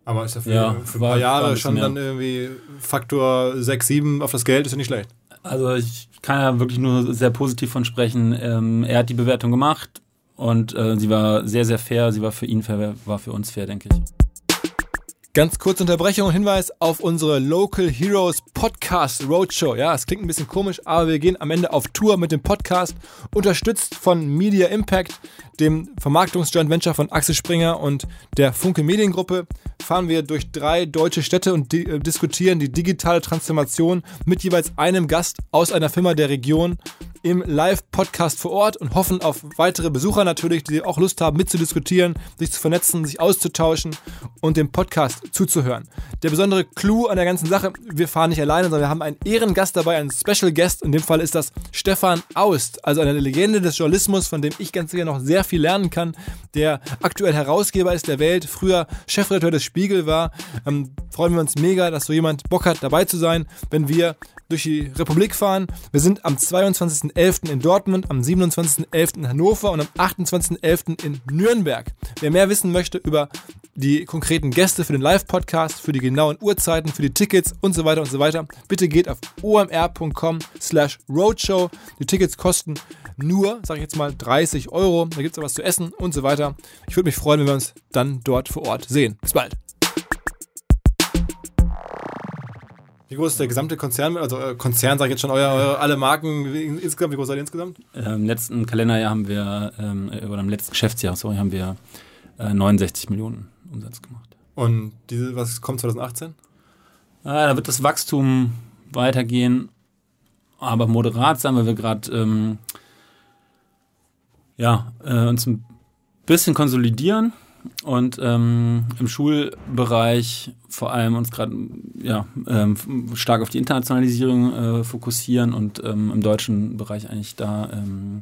Aber ist ja für, Ja, für ein war- paar war Jahre ein bisschen schon mehr. dann irgendwie Faktor sechs, sieben auf das Geld, ist ja nicht schlecht. Also ich kann ja wirklich nur sehr positiv von sprechen. Ähm, er hat die Bewertung gemacht und äh, sie war sehr, sehr fair. Sie war für ihn fair, war für uns fair, denke ich. Ganz kurze Unterbrechung und Hinweis auf unsere Local Heroes Podcast Roadshow. Ja, es klingt ein bisschen komisch, aber wir gehen am Ende auf Tour mit dem Podcast, unterstützt von Media Impact, dem Vermarktungsjoint Venture von Axel Springer und der Funke Mediengruppe. Fahren wir durch drei deutsche Städte und di- äh, diskutieren die digitale Transformation mit jeweils einem Gast aus einer Firma der Region im Live-Podcast vor Ort und hoffen auf weitere Besucher natürlich, die auch Lust haben mitzudiskutieren, sich zu vernetzen, sich auszutauschen und dem Podcast zuzuhören. Der besondere Clou an der ganzen Sache, wir fahren nicht alleine, sondern wir haben einen Ehrengast dabei, einen Special Guest. In dem Fall ist das Stefan Aust, also eine Legende des Journalismus, von dem ich ganz sicher noch sehr viel lernen kann, der aktuell Herausgeber ist der Welt, früher Chefredakteur des Spiegel war. Ähm, freuen wir uns mega, dass so jemand Bock hat, dabei zu sein, wenn wir durch die Republik fahren. Wir sind am zweiundzwanzigsten elften in Dortmund, am siebenundzwanzigsten elften in Hannover und am achtundzwanzigsten elften in Nürnberg. Wer mehr wissen möchte über die konkreten Gäste für den Live-Podcast, für die genauen Uhrzeiten, für die Tickets und so weiter und so weiter, bitte geht auf omr.com slash roadshow. Die Tickets kosten nur, sage ich jetzt mal, dreißig Euro. Da gibt es auch was zu essen und so weiter. Ich würde mich freuen, wenn wir uns dann dort vor Ort sehen. Bis bald. Wie groß ist der gesamte Konzern? Also äh, Konzern, sage ich jetzt schon, euer, eure, alle Marken wie, insgesamt. Wie groß seid ihr insgesamt? Ähm, Im letzten Kalenderjahr haben wir, ähm, oder im letzten Geschäftsjahr, sorry, haben wir äh, neunundsechzig Millionen Umsatz gemacht. Und diese, was kommt zwanzig achtzehn? Ah, da wird das Wachstum weitergehen, aber moderat sein, weil wir gerade ähm, ja, äh, uns ein bisschen konsolidieren und ähm, im Schulbereich vor allem uns gerade ja, ähm, stark auf die Internationalisierung äh, fokussieren und ähm, im deutschen Bereich eigentlich da ähm,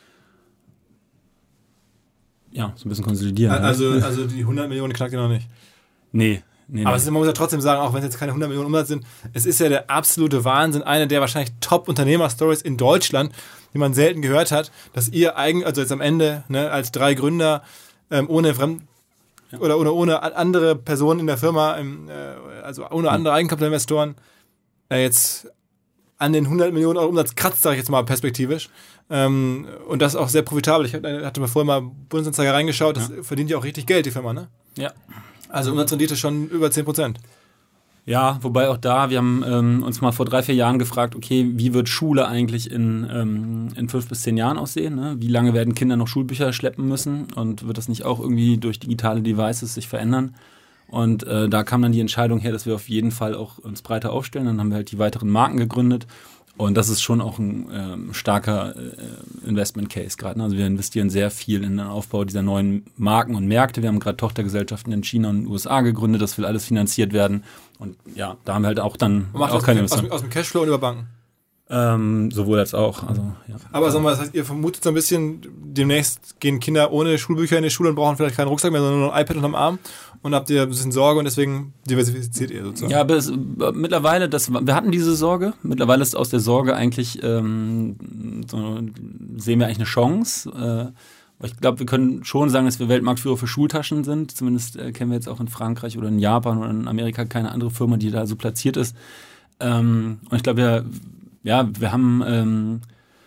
ja, so ein bisschen konsolidieren. Also, also die hundert Millionen knackt ihr noch nicht. Nee. Nee, Aber nee. es ist, man muss ja trotzdem sagen, auch wenn es jetzt keine hundert Millionen Umsatz sind, es ist ja der absolute Wahnsinn, eine der wahrscheinlich Top-Unternehmer-Stories in Deutschland, die man selten gehört hat, dass ihr eigentlich, also jetzt am Ende, ne, als drei Gründer, ähm, ohne Fremd oder ohne, ohne andere Personen in der Firma, ähm, äh, also ohne andere Eigenkapitalinvestoren, äh, jetzt an den hundert Millionen Euro Umsatz kratzt, sage ich jetzt mal perspektivisch. Ähm, und das auch sehr profitabel. Ich hatte mir vorher mal Bundesanzeiger reingeschaut, das ja. verdient ja auch richtig Geld, die Firma, ne? Ja. Also Umsatzrendite schon über zehn Prozent. Ja, wobei auch da, wir haben ähm, uns mal vor drei, vier Jahren gefragt, okay, wie wird Schule eigentlich in, ähm, in fünf bis zehn Jahren aussehen? Ne? Wie lange werden Kinder noch Schulbücher schleppen müssen? Und wird das nicht auch irgendwie durch digitale Devices sich verändern? Und äh, da kam dann die Entscheidung her, dass wir auf jeden Fall auch uns breiter aufstellen. Dann haben wir halt die weiteren Marken gegründet. Und das ist schon auch ein ähm, starker äh, Investment-Case gerade. Ne? Also wir investieren sehr viel in den Aufbau dieser neuen Marken und Märkte. Wir haben gerade Tochtergesellschaften in China und in den U S A gegründet. Das will alles finanziert werden. Und ja, da haben wir halt auch dann macht auch aus keine dem, aus, aus dem Cashflow und über Banken? Ähm, sowohl als auch. Also, ja. Aber sag mal, das heißt, ihr vermutet so ein bisschen, demnächst gehen Kinder ohne Schulbücher in die Schule und brauchen vielleicht keinen Rucksack mehr, sondern nur ein iPad unterm Arm und habt ihr ein bisschen Sorge und deswegen diversifiziert ihr sozusagen. Ja, aber es, mittlerweile, das, wir hatten diese Sorge, mittlerweile ist aus der Sorge eigentlich, ähm, so, sehen wir eigentlich eine Chance. Äh, ich glaube, wir können schon sagen, dass wir Weltmarktführer für Schultaschen sind. Zumindest äh, kennen wir jetzt auch in Frankreich oder in Japan oder in Amerika keine andere Firma, die da so platziert ist. Ähm, und ich glaube, wir Ja, wir haben, ähm,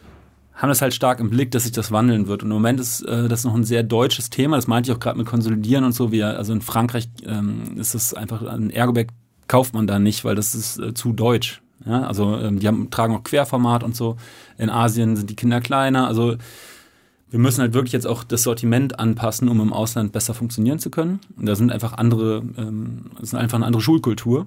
haben das halt stark im Blick, dass sich das wandeln wird. Und im Moment ist äh, das noch ein sehr deutsches Thema. Das meinte ich auch gerade mit Konsolidieren und so. Wir, also in Frankreich ähm, ist das einfach, ein Ergobag kauft man da nicht, weil das ist äh, zu deutsch. Ja? Also ähm, die haben, tragen auch Querformat und so. In Asien sind die Kinder kleiner. Also wir müssen halt wirklich jetzt auch das Sortiment anpassen, um im Ausland besser funktionieren zu können. Und da sind einfach andere, ähm, das ist einfach eine andere Schulkultur.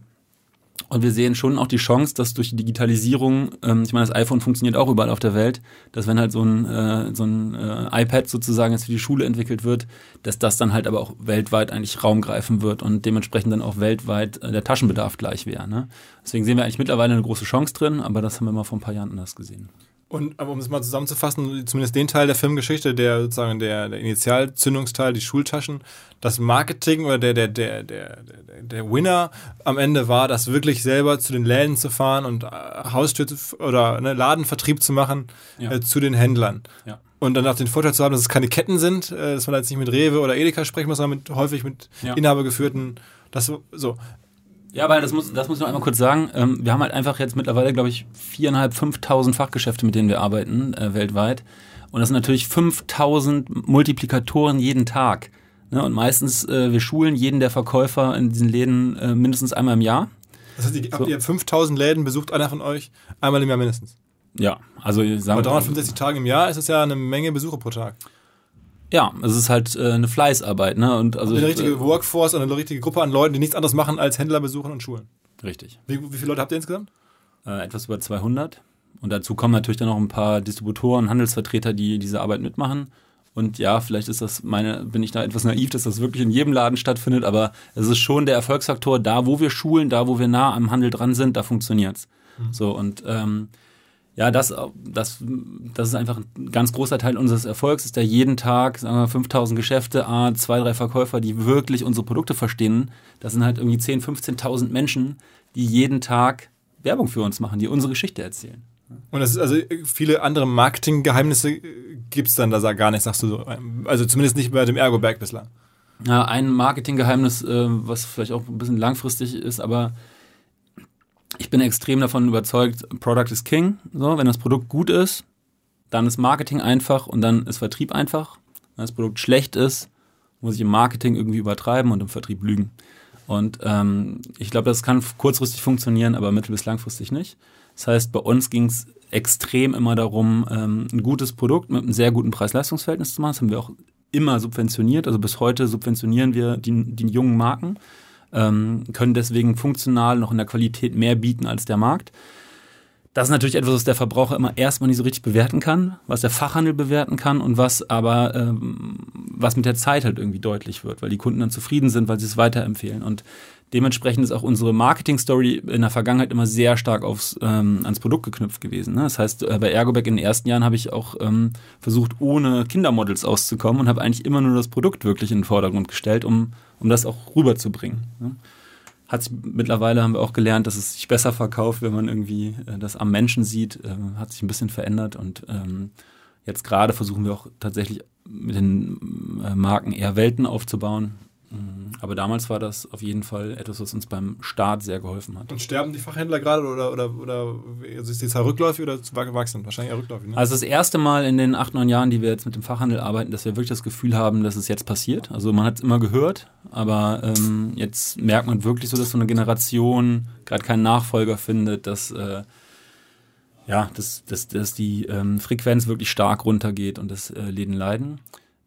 Und wir sehen schon auch die Chance, dass durch die Digitalisierung, ähm, ich meine, das iPhone funktioniert auch überall auf der Welt, dass wenn halt so ein, äh, so ein äh, iPad sozusagen jetzt für die Schule entwickelt wird, dass das dann halt aber auch weltweit eigentlich Raum greifen wird und dementsprechend dann auch weltweit äh, der Taschenbedarf gleich wäre. Ne? Deswegen sehen wir eigentlich mittlerweile eine große Chance drin, aber das haben wir mal vor ein paar Jahren anders gesehen. Und aber um es mal zusammenzufassen, zumindest den Teil der Firmengeschichte, der sozusagen der, der Initialzündungsteil, die Schultaschen, das Marketing oder der, der, der, der, der, der Winner am Ende war, das wirklich selber zu den Läden zu fahren und Haustür zu, oder ne, Ladenvertrieb zu machen ja. äh, zu den Händlern. Ja. Und dann auch den Vorteil zu haben, dass es keine Ketten sind, äh, dass man da jetzt nicht mit Rewe oder Edeka sprechen muss, sondern mit, häufig mit ja. inhabergeführten Das so, so. Ja, weil das muss, das muss ich noch einmal kurz sagen. Ähm, wir haben halt einfach jetzt mittlerweile, glaube ich, viertausendfünfhundert, fünftausend Fachgeschäfte, mit denen wir arbeiten, äh, weltweit. Und das sind natürlich fünftausend Multiplikatoren jeden Tag. Ne? Und meistens, äh, wir schulen jeden der Verkäufer in diesen Läden äh, mindestens einmal im Jahr. Das heißt, ihr, So. habt ihr fünftausend Läden, besucht einer von euch einmal im Jahr mindestens? Ja, also sagen Bei wir dreihundertfünfundsechzig Tagen im Jahr ist es ja eine Menge Besucher pro Tag. Ja, es ist halt äh, eine Fleißarbeit, ne? Und also Eine ich, richtige äh, Workforce und eine richtige Gruppe an Leuten, die nichts anderes machen als Händler besuchen und schulen. richtig. Wie, wie viele Leute habt ihr insgesamt? Äh, etwas über zweihundert. Und dazu kommen natürlich dann noch ein paar Distributoren, Handelsvertreter, die diese Arbeit mitmachen. Und ja, vielleicht ist das meine, bin ich da etwas naiv, dass das wirklich in jedem Laden stattfindet, aber es ist schon der Erfolgsfaktor, da wo wir schulen, da wo wir nah am Handel dran sind, da funktioniert's. Mhm. So, und ähm, ja, das, das, das ist einfach ein ganz großer Teil unseres Erfolgs, ist ja jeden Tag, sagen wir, fünftausend Geschäfte, ah, zwei, drei Verkäufer, die wirklich unsere Produkte verstehen. Das sind halt irgendwie zehntausend, fünfzehntausend Menschen, die jeden Tag Werbung für uns machen, die unsere Geschichte erzählen. Und das ist also viele andere Marketinggeheimnisse gibt es dann da gar nicht, sagst du so. Also zumindest nicht bei dem Ergo-Bag bislang. Ja, ein Marketinggeheimnis, äh, was vielleicht auch ein bisschen langfristig ist, aber ich bin extrem davon überzeugt, Product is King. So, wenn das Produkt gut ist, dann ist Marketing einfach und dann ist Vertrieb einfach. Wenn das Produkt schlecht ist, muss ich im Marketing irgendwie übertreiben und im Vertrieb lügen. Und ähm, ich glaube, das kann kurzfristig funktionieren, aber mittel- bis langfristig nicht. Das heißt, bei uns ging es extrem immer darum, ähm, ein gutes Produkt mit einem sehr guten Preis-Leistungs-Verhältnis zu machen. Das haben wir auch immer subventioniert. Also bis heute subventionieren wir die, die jungen Marken, ähm, können deswegen funktional noch in der Qualität mehr bieten als der Markt. Das ist natürlich etwas, was der Verbraucher immer erstmal nicht so richtig bewerten kann, was der Fachhandel bewerten kann und was aber ähm, was mit der Zeit halt irgendwie deutlich wird, weil die Kunden dann zufrieden sind, weil sie es weiterempfehlen. Und dementsprechend ist auch unsere Marketing-Story in der Vergangenheit immer sehr stark aufs, ähm, ans Produkt geknüpft gewesen. Ne? Das heißt, äh, bei Ergo-Bag in den ersten Jahren habe ich auch ähm, versucht, ohne Kindermodels auszukommen und habe eigentlich immer nur das Produkt wirklich in den Vordergrund gestellt, um, um das auch rüberzubringen. Ne? Hat sich, mittlerweile haben wir auch gelernt, dass es sich besser verkauft, wenn man irgendwie äh, das am Menschen sieht. Äh, hat sich ein bisschen verändert und ähm, jetzt gerade versuchen wir auch tatsächlich mit den äh, Marken eher Welten aufzubauen. Mhm. Aber damals war das auf jeden Fall etwas, was uns beim Start sehr geholfen hat. Und sterben die Fachhändler gerade oder, oder, oder also ist die Zahl rückläufig oder wachsen? Wahrscheinlich eher rückläufig. Ne? Also das erste Mal in den acht, neun Jahren, die wir jetzt mit dem Fachhandel arbeiten, dass wir wirklich das Gefühl haben, dass es jetzt passiert. Also man hat es immer gehört, aber ähm, jetzt merkt man wirklich so, dass so eine Generation gerade keinen Nachfolger findet, dass, äh, ja, dass, dass, dass die ähm, Frequenz wirklich stark runtergeht und dass äh, Läden leiden.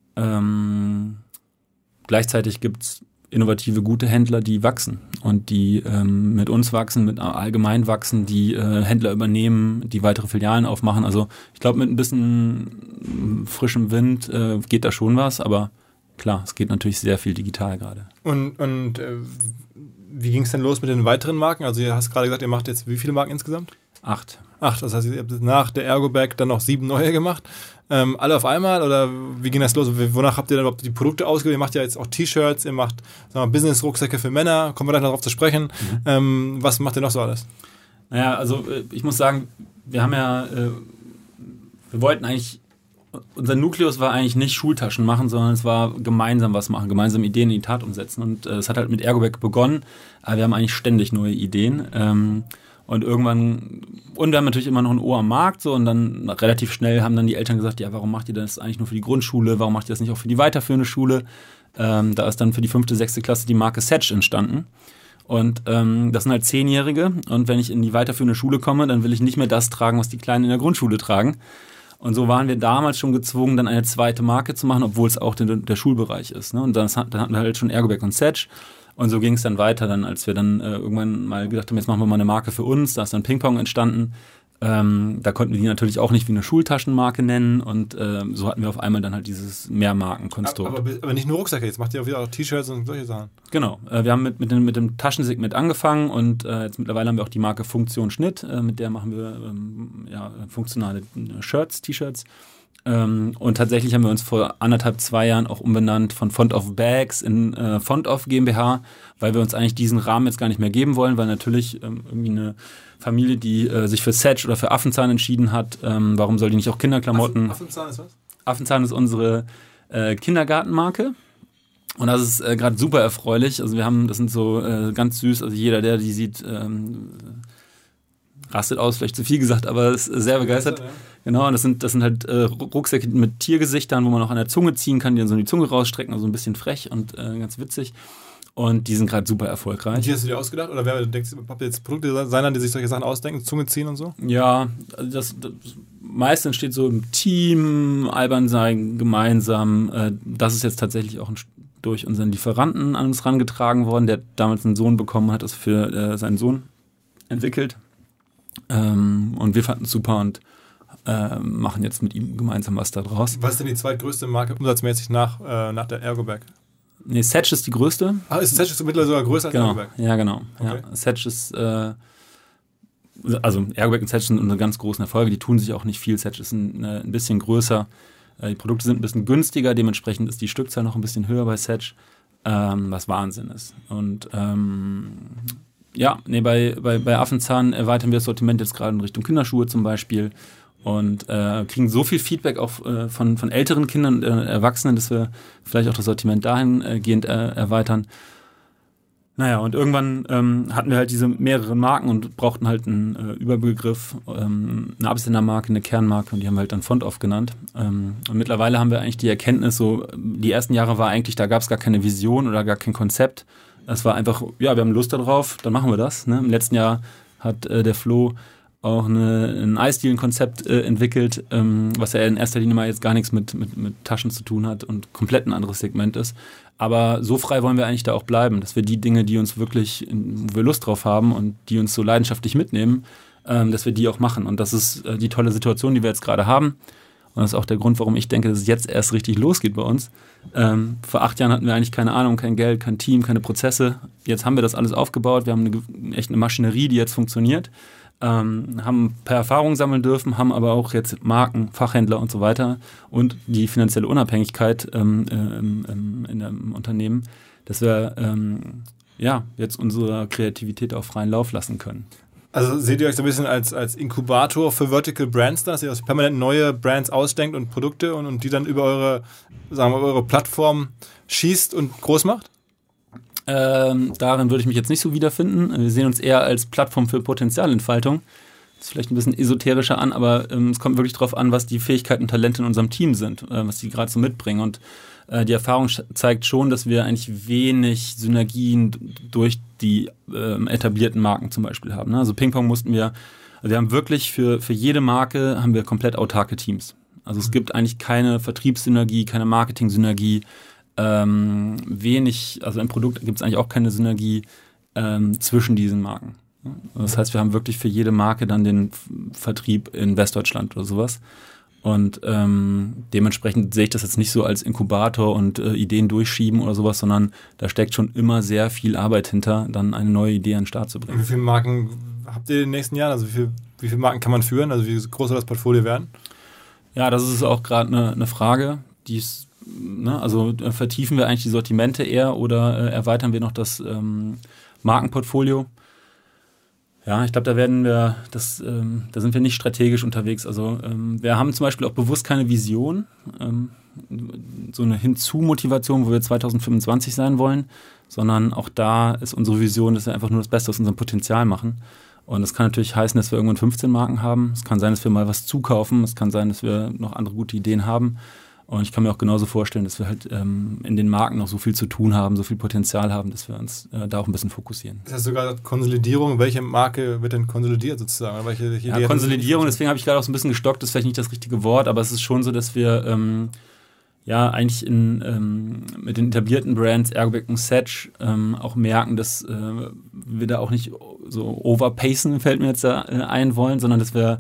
Ähm, gleichzeitig gibt es innovative, gute Händler, die wachsen und die ähm, mit uns wachsen, mit allgemein wachsen, die äh, Händler übernehmen, die weitere Filialen aufmachen. Also ich glaube, mit ein bisschen frischem Wind äh, geht da schon was, aber klar, es geht natürlich sehr viel digital gerade. Und, und äh, wie ging es denn los mit den weiteren Marken? Also ihr hast gerade gesagt, ihr macht jetzt wie viele Marken insgesamt? Acht. Acht, das heißt, ihr habt nach der Ergo-Bag dann noch sieben neue gemacht. Ähm, alle auf einmal oder wie ging das los? Wonach habt ihr dann überhaupt die Produkte ausgewählt? Ihr macht ja jetzt auch T-Shirts, ihr macht Business-Rucksäcke für Männer, kommen wir gleich noch darauf zu sprechen. Mhm. Ähm, was macht ihr noch so alles? Naja, also ich muss sagen, wir haben ja, äh, wir wollten eigentlich, unser Nukleus war eigentlich nicht Schultaschen machen, sondern es war gemeinsam was machen, gemeinsam Ideen in die Tat umsetzen. Und äh, es hat halt mit Ergo-Bag begonnen, aber wir haben eigentlich ständig neue Ideen. Ähm, Und irgendwann, und wir haben natürlich immer noch ein Ohr am Markt, so, und dann relativ schnell haben dann die Eltern gesagt, ja, warum macht ihr das eigentlich nur für die Grundschule, warum macht ihr das nicht auch für die weiterführende Schule? Ähm, da ist dann für die fünfte, sechste Klasse die Marke Setch entstanden. Und ähm, das sind halt Zehnjährige, und wenn ich in die weiterführende Schule komme, dann will ich nicht mehr das tragen, was die Kleinen in der Grundschule tragen. Und so waren wir damals schon gezwungen, dann eine zweite Marke zu machen, obwohl es auch der, der Schulbereich ist. Ne? Und dann, dann hatten wir halt schon Ergo-Bag und Setch. Und so ging es dann weiter, dann, als wir dann äh, irgendwann mal gedacht haben, jetzt machen wir mal eine Marke für uns, da ist dann Ping-Pong entstanden. Ähm, da konnten wir die natürlich auch nicht wie eine Schultaschenmarke nennen und äh, so hatten wir auf einmal dann halt dieses Mehrmarkenkonstrukt. Aber, aber nicht nur Rucksäcke, jetzt macht ihr auch wieder auch T-Shirts und solche Sachen. Genau, äh, wir haben mit, mit, dem, mit dem Taschensegment angefangen und äh, jetzt mittlerweile haben wir auch die Marke Funktion Schnitt, äh, mit der machen wir ähm, ja, funktionale Shirts, T-Shirts. Ähm, und tatsächlich haben wir uns vor anderthalb, zwei Jahren auch umbenannt von Font of Bags in äh, Font of GmbH, weil wir uns eigentlich diesen Rahmen jetzt gar nicht mehr geben wollen, weil natürlich ähm, irgendwie eine Familie, die äh, sich für Setch oder für Affenzahn entschieden hat, ähm, warum soll die nicht auch Kinderklamotten... Affenzahn ist was? Affenzahn ist unsere äh, Kindergartenmarke. Und das ist äh, gerade super erfreulich. Also wir haben, das sind so äh, ganz süß, also jeder, der die sieht, ähm, rastet aus, vielleicht zu viel gesagt, aber ist sehr begeistert. Ja. Genau, und das sind, das sind halt äh, Rucksäcke mit Tiergesichtern, wo man auch an der Zunge ziehen kann, die dann so die Zunge rausstrecken, also ein bisschen frech und äh, ganz witzig. Und die sind gerade super erfolgreich. Und die hast du dir ausgedacht? Oder wer denkst du, habt ihr jetzt Produktdesigner, die sich solche Sachen ausdenken, Zunge ziehen und so? Ja, das, das meiste entsteht so im Team, albern sein, gemeinsam. Äh, das ist jetzt tatsächlich auch ein, durch unseren Lieferanten an uns herangetragen worden, der damals einen Sohn bekommen hat, das für äh, seinen Sohn entwickelt. Ähm, und wir fanden es super und äh, machen jetzt mit ihm gemeinsam was da draus. Was ist denn die zweitgrößte Marke umsatzmäßig nach, äh, nach der Ergobag? Nee, Sedge ist die größte. Ah, ist Sedge mittlerweile sogar größer als genau. Ergobag? Ja, genau. Okay. Ja. Sedge ist, äh, also Ergobag und Sedge sind unsere ganz großen Erfolge, die tun sich auch nicht viel. Sedge ist ein, äh, ein bisschen größer. Äh, die Produkte sind ein bisschen günstiger, dementsprechend ist die Stückzahl noch ein bisschen höher bei Sedge, ähm, was Wahnsinn ist. Und ähm, ja, nee, bei, bei, bei Affenzahn erweitern wir das Sortiment jetzt gerade in Richtung Kinderschuhe zum Beispiel. Und äh, kriegen so viel Feedback auch äh, von, von älteren Kindern und äh, Erwachsenen, dass wir vielleicht auch das Sortiment dahingehend äh, erweitern. Naja, und irgendwann ähm, hatten wir halt diese mehreren Marken und brauchten halt einen äh, Überbegriff, ähm, eine Absendermarke, eine Kernmarke und die haben wir halt dann Font-Off genannt. Ähm, und mittlerweile haben wir eigentlich die Erkenntnis, so die ersten Jahre war eigentlich, da gab es gar keine Vision oder gar kein Konzept. Es war einfach, ja, wir haben Lust darauf, dann machen wir das. Ne? Im letzten Jahr hat äh, der Flo auch eine, ein Eisdielen-Konzept äh, entwickelt, ähm, was ja in erster Linie mal jetzt gar nichts mit, mit, mit Taschen zu tun hat und komplett ein anderes Segment ist. Aber so frei wollen wir eigentlich da auch bleiben, dass wir die Dinge, die uns wirklich, wo wir Lust drauf haben und die uns so leidenschaftlich mitnehmen, ähm, dass wir die auch machen. Und das ist äh, die tolle Situation, die wir jetzt gerade haben. Und das ist auch der Grund, warum ich denke, dass es jetzt erst richtig losgeht bei uns. Ähm, vor acht Jahren hatten wir eigentlich keine Ahnung, kein Geld, kein Team, keine Prozesse. Jetzt haben wir das alles aufgebaut. Wir haben eine, echt eine Maschinerie, die jetzt funktioniert. Ähm, haben ein paar Erfahrungen sammeln dürfen, haben aber auch jetzt Marken, Fachhändler und so weiter und die finanzielle Unabhängigkeit ähm, ähm, in dem Unternehmen, dass wir ähm, ja, jetzt unsere Kreativität auf freien Lauf lassen können. Also seht ihr euch so ein bisschen als, als Inkubator für Vertical Brands da, dass ihr euch permanent neue Brands ausdenkt und Produkte und, und die dann über eure, sagen wir, eure Plattform schießt und groß macht? Ähm, darin würde ich mich jetzt nicht so wiederfinden. Wir sehen uns eher als Plattform für Potenzialentfaltung. Das ist vielleicht ein bisschen esoterischer an, aber ähm, es kommt wirklich darauf an, was die Fähigkeiten und Talente in unserem Team sind, äh, was die gerade so mitbringen. Und äh, die Erfahrung sch- zeigt schon, dass wir eigentlich wenig Synergien d- durch die äh, etablierten Marken zum Beispiel haben. Ne? Also Ping-Pong mussten wir, also wir haben wirklich für, für jede Marke haben wir komplett autarke Teams. Also es gibt eigentlich keine Vertriebssynergie, keine Marketing-Synergie. Ähm, wenig, also im Produkt gibt es eigentlich auch keine Synergie ähm, zwischen diesen Marken. Das heißt, wir haben wirklich für jede Marke dann den F- Vertrieb in Westdeutschland oder sowas. Und ähm, dementsprechend sehe ich das jetzt nicht so als Inkubator und äh, Ideen durchschieben oder sowas, sondern da steckt schon immer sehr viel Arbeit hinter, dann eine neue Idee an den Start zu bringen. Und wie viele Marken habt ihr in den nächsten Jahren? Also wie, viel, wie viele Marken kann man führen? Also wie groß soll das Portfolio werden? Ja, das ist auch gerade eine, eine Frage, die ist Ne, also äh, vertiefen wir eigentlich die Sortimente eher oder äh, erweitern wir noch das ähm, Markenportfolio? Ja, ich glaube, da werden wir, das, ähm, da sind wir nicht strategisch unterwegs. Also ähm, wir haben zum Beispiel auch bewusst keine Vision, ähm, so eine Hinzu-Motivation, wo wir zwanzig fünfundzwanzig sein wollen, sondern auch da ist unsere Vision, dass wir einfach nur das Beste aus unserem Potenzial machen. Und das kann natürlich heißen, dass wir irgendwann fünfzehn Marken haben. Es kann sein, dass wir mal was zukaufen. Es kann sein, dass wir noch andere gute Ideen haben. Und ich kann mir auch genauso vorstellen, dass wir halt ähm, in den Marken noch so viel zu tun haben, so viel Potenzial haben, dass wir uns äh, da auch ein bisschen fokussieren. Das heißt sogar Konsolidierung. Welche Marke wird denn konsolidiert sozusagen? Oder welche, welche ja, Idee Konsolidierung, deswegen habe ich gerade auch so ein bisschen gestockt, das ist vielleicht nicht das richtige Wort, aber es ist schon so, dass wir ähm, ja eigentlich in, ähm, mit den etablierten Brands Ergobag und Sedge ähm, auch merken, dass äh, wir da auch nicht so overpacen, fällt mir jetzt da ein wollen, sondern dass wir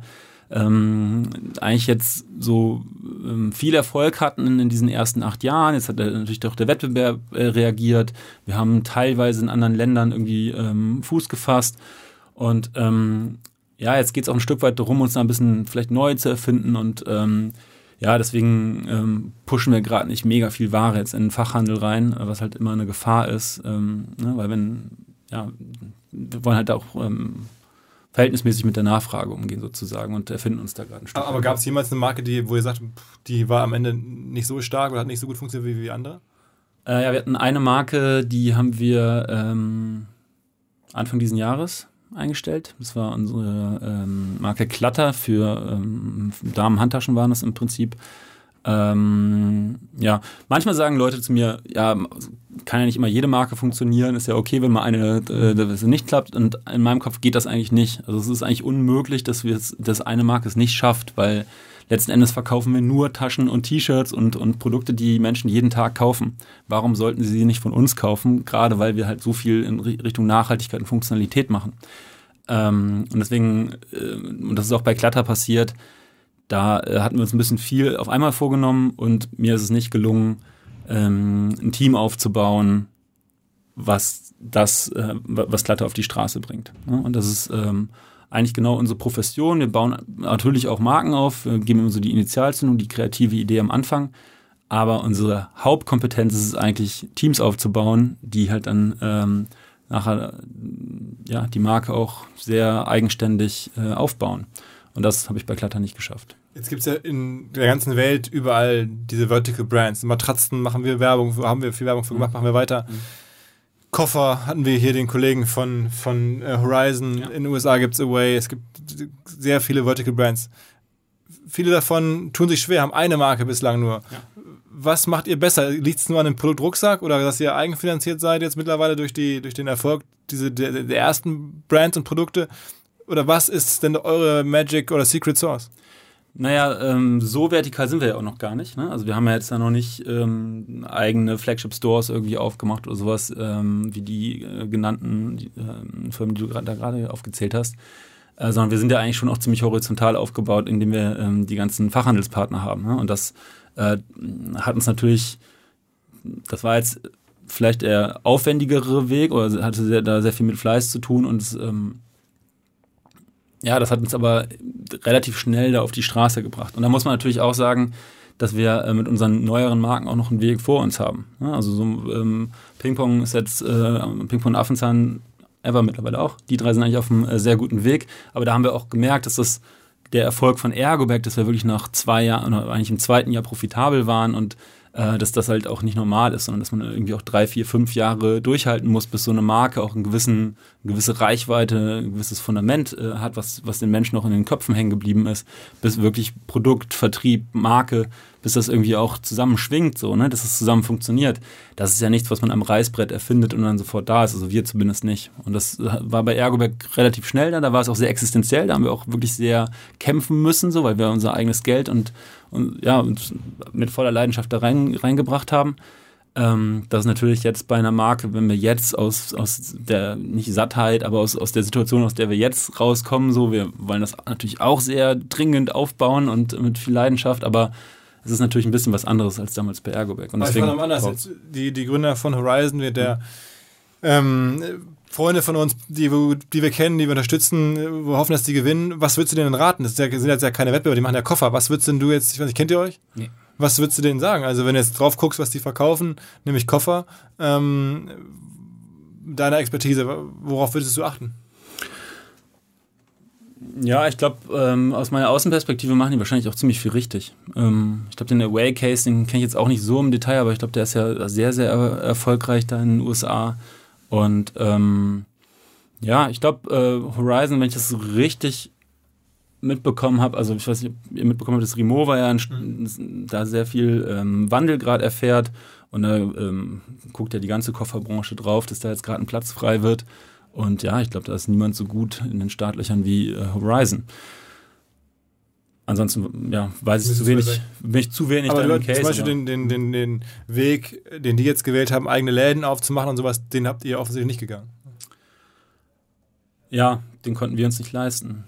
Ähm, eigentlich jetzt so ähm, viel Erfolg hatten in diesen ersten acht Jahren. Jetzt hat äh, natürlich doch der Wettbewerb äh, reagiert. Wir haben teilweise in anderen Ländern irgendwie ähm, Fuß gefasst. Und ähm, ja, jetzt geht es auch ein Stück weit darum, uns da ein bisschen vielleicht neu zu erfinden. Und ähm, ja, deswegen ähm, pushen wir gerade nicht mega viel Ware jetzt in den Fachhandel rein, was halt immer eine Gefahr ist. Ähm, ne? Weil wenn, ja, wir wollen halt auch ähm, verhältnismäßig mit der Nachfrage umgehen sozusagen und erfinden uns da gerade ein Stück. Aber gab es jemals eine Marke, die, wo ihr sagt, die war am Ende nicht so stark oder hat nicht so gut funktioniert wie, wie andere? Äh, ja, wir hatten eine Marke, die haben wir ähm, Anfang diesen Jahres eingestellt. Das war unsere ähm, Marke Klatter für ähm, Damen-Handtaschen waren das im Prinzip. Ähm, ja, manchmal sagen Leute zu mir, ja, kann ja nicht immer jede Marke funktionieren, ist ja okay, wenn mal eine äh, nicht klappt, und in meinem Kopf geht das eigentlich nicht. Also es ist eigentlich unmöglich, dass wir dass eine Marke es nicht schafft, weil letzten Endes verkaufen wir nur Taschen und T-Shirts und, und Produkte, die Menschen jeden Tag kaufen. Warum sollten sie sie nicht von uns kaufen? Gerade weil wir halt so viel in Richtung Nachhaltigkeit und Funktionalität machen. Ähm, und deswegen, äh, und das ist auch bei Klatter passiert, da äh, hatten wir uns ein bisschen viel auf einmal vorgenommen und mir ist es nicht gelungen, ähm, ein Team aufzubauen, was das, äh, was Klatter auf die Straße bringt. Ja, und das ist ähm, eigentlich genau unsere Profession. Wir bauen natürlich auch Marken auf, äh, geben immer so die Initialzündung, die kreative Idee am Anfang. Aber unsere Hauptkompetenz ist es eigentlich, Teams aufzubauen, die halt dann ähm, nachher ja, die Marke auch sehr eigenständig äh, aufbauen. Und das habe ich bei Klatter nicht geschafft. Jetzt gibt es ja in der ganzen Welt überall diese Vertical Brands. Matratzen machen wir Werbung, haben wir viel Werbung für gemacht, machen wir weiter. Mhm. Koffer hatten wir hier den Kollegen von, von äh, Horizon. Ja. In den U S A gibt es Away. Es gibt sehr viele Vertical Brands. Viele davon tun sich schwer, haben eine Marke bislang nur. Ja. Was macht ihr besser? Liegt es nur an dem Produktrucksack oder dass ihr eigenfinanziert seid jetzt mittlerweile durch, die, durch den Erfolg diese, der, der ersten Brands und Produkte? Oder was ist denn eure Magic oder Secret Sauce? Naja, ähm, so vertikal sind wir ja auch noch gar nicht. Ne? Also wir haben ja jetzt ja noch nicht ähm, eigene Flagship-Stores irgendwie aufgemacht oder sowas, ähm, wie die äh, genannten die, äh, Firmen, die du da gerade aufgezählt hast. Äh, sondern wir sind ja eigentlich schon auch ziemlich horizontal aufgebaut, indem wir ähm, die ganzen Fachhandelspartner haben. Ne? Und das äh, hat uns natürlich, das war jetzt vielleicht der aufwendigere Weg oder hatte sehr, da sehr viel mit Fleiß zu tun und es, ähm, ja, das hat uns aber relativ schnell da auf die Straße gebracht. Und da muss man natürlich auch sagen, dass wir äh, mit unseren neueren Marken auch noch einen Weg vor uns haben. Ja, also so ähm, Ping-Pong ist jetzt, äh, Ping-Pong und Affenzahn, Ever mittlerweile auch. Die drei sind eigentlich auf einem äh, sehr guten Weg. Aber da haben wir auch gemerkt, dass das der Erfolg von Ergobag, dass wir wirklich nach zwei Jahren, oder eigentlich im zweiten Jahr profitabel waren und äh, dass das halt auch nicht normal ist, sondern dass man irgendwie auch drei, vier, fünf Jahre durchhalten muss, bis so eine Marke auch einen gewissen, eine gewisse Reichweite, ein gewisses Fundament äh, hat, was, was den Menschen auch in den Köpfen hängen geblieben ist, bis wirklich Produkt, Vertrieb, Marke, bis das irgendwie auch zusammen schwingt, so, ne, dass es zusammen funktioniert. Das ist ja nichts, was man am Reißbrett erfindet und dann sofort da ist, also wir zumindest nicht. Und das war bei Ergobag relativ schnell da, da war es auch sehr existenziell, da haben wir auch wirklich sehr kämpfen müssen, so, weil wir unser eigenes Geld und, und ja, und mit voller Leidenschaft da rein, reingebracht haben. Ähm, das ist natürlich jetzt bei einer Marke, wenn wir jetzt aus, aus der, nicht Sattheit, aber aus, aus der Situation, aus der wir jetzt rauskommen, so, wir wollen das natürlich auch sehr dringend aufbauen und mit viel Leidenschaft, aber es ist natürlich ein bisschen was anderes als damals bei Ergobag. Und deswegen ich anders. Jetzt, die, die Gründer von Horizon, der ähm, Freunde von uns, die, die wir kennen, die wir unterstützen, wir hoffen, dass die gewinnen. Was würdest du denen raten? Das sind jetzt ja keine Wettbewerber, die machen ja Koffer. Was würdest denn du jetzt, ich weiß nicht, kennt ihr euch? Nee. Was würdest du denen sagen? Also wenn du jetzt drauf guckst, was die verkaufen, nämlich Koffer, ähm, deiner Expertise, worauf würdest du achten? Ja, ich glaube, ähm, aus meiner Außenperspektive machen die wahrscheinlich auch ziemlich viel richtig. Ähm, ich glaube, den Away-Case, den kenne ich jetzt auch nicht so im Detail, aber ich glaube, der ist ja sehr, sehr er- erfolgreich da in den U S A. Und ähm, ja, ich glaube, äh, Horizon, wenn ich das so richtig mitbekommen habe, also ich weiß nicht, ob ihr mitbekommen habt, dass Rimowa ja mhm. da sehr viel ähm, Wandel gerade erfährt und da ähm, guckt ja die ganze Kofferbranche drauf, dass da jetzt gerade ein Platz frei wird. Und ja, ich glaube, da ist niemand so gut in den Startlöchern wie äh, Horizon. Ansonsten, ja, weiß ich zu wenig, bin ich zu wenig aber da im Case. Zum Beispiel den, den, den, den Weg, den die jetzt gewählt haben, eigene Läden aufzumachen und sowas, den habt ihr offensichtlich nicht gegangen. Ja, den konnten wir uns nicht leisten.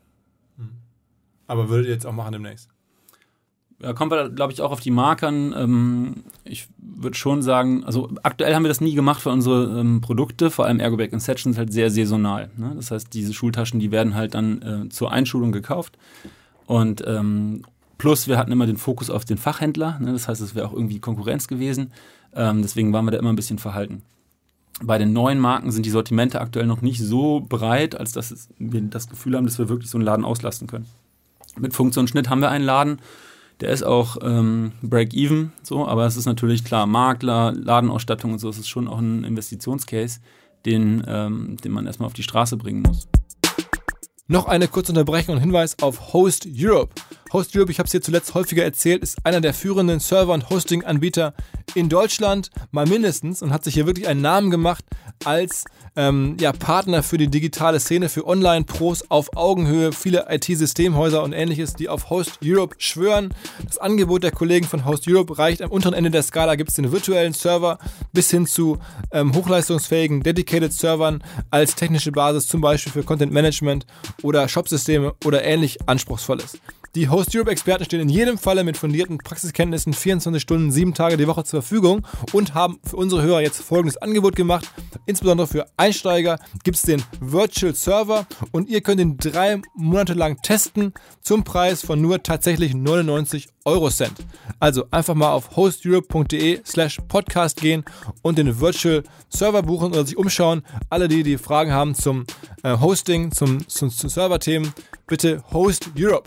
Aber würdet ihr jetzt auch machen demnächst? Ja, kommt, glaube ich, auch auf die Marke an. Ähm, ich würde schon sagen, also aktuell haben wir das nie gemacht, weil unsere ähm, Produkte, vor allem Ergobag und Setchen, sind halt sehr saisonal. Ne? Das heißt, diese Schultaschen, die werden halt dann äh, zur Einschulung gekauft. Und ähm, plus, wir hatten immer den Fokus auf den Fachhändler. Ne? Das heißt, es wäre auch irgendwie Konkurrenz gewesen. Ähm, deswegen waren wir da immer ein bisschen verhalten. Bei den neuen Marken sind die Sortimente aktuell noch nicht so breit, als dass es, wir das Gefühl haben, dass wir wirklich so einen Laden auslasten können. Mit Funktionsschnitt haben wir einen Laden, Der ist auch ähm, Break-Even, so, aber es ist natürlich klar, Makler, Ladenausstattung und so, es ist schon auch ein Investitionscase, den, ähm, den man erstmal auf die Straße bringen muss. Noch eine kurze Unterbrechung und Hinweis auf Host Europe. Host Europe, ich habe es hier zuletzt häufiger erzählt, ist einer der führenden Server- und Hosting-Anbieter in Deutschland, mal mindestens, und hat sich hier wirklich einen Namen gemacht als ähm, ja, Partner für die digitale Szene, für Online-Pros auf Augenhöhe, viele I T-Systemhäuser und ähnliches, die auf Host Europe schwören. Das Angebot der Kollegen von Host Europe reicht am unteren Ende der Skala, gibt es den virtuellen Server bis hin zu ähm, hochleistungsfähigen Dedicated Servern als technische Basis, zum Beispiel für Content Management oder Shopsysteme oder ähnlich Anspruchsvolles. Die Host Europe-Experten stehen in jedem Falle mit fundierten Praxiskenntnissen vierundzwanzig Stunden, sieben Tage die Woche zur Verfügung und haben für unsere Hörer jetzt folgendes Angebot gemacht. Insbesondere für Einsteiger gibt es den Virtual Server und ihr könnt ihn drei Monate lang testen zum Preis von nur tatsächlich neunundneunzig Euro Cent. Also einfach mal auf hosteurope.de slash podcast gehen und den Virtual Server buchen oder sich umschauen. Alle die, die Fragen haben zum äh, Hosting, zum, zum, zum Server-Themen, bitte Host Europe.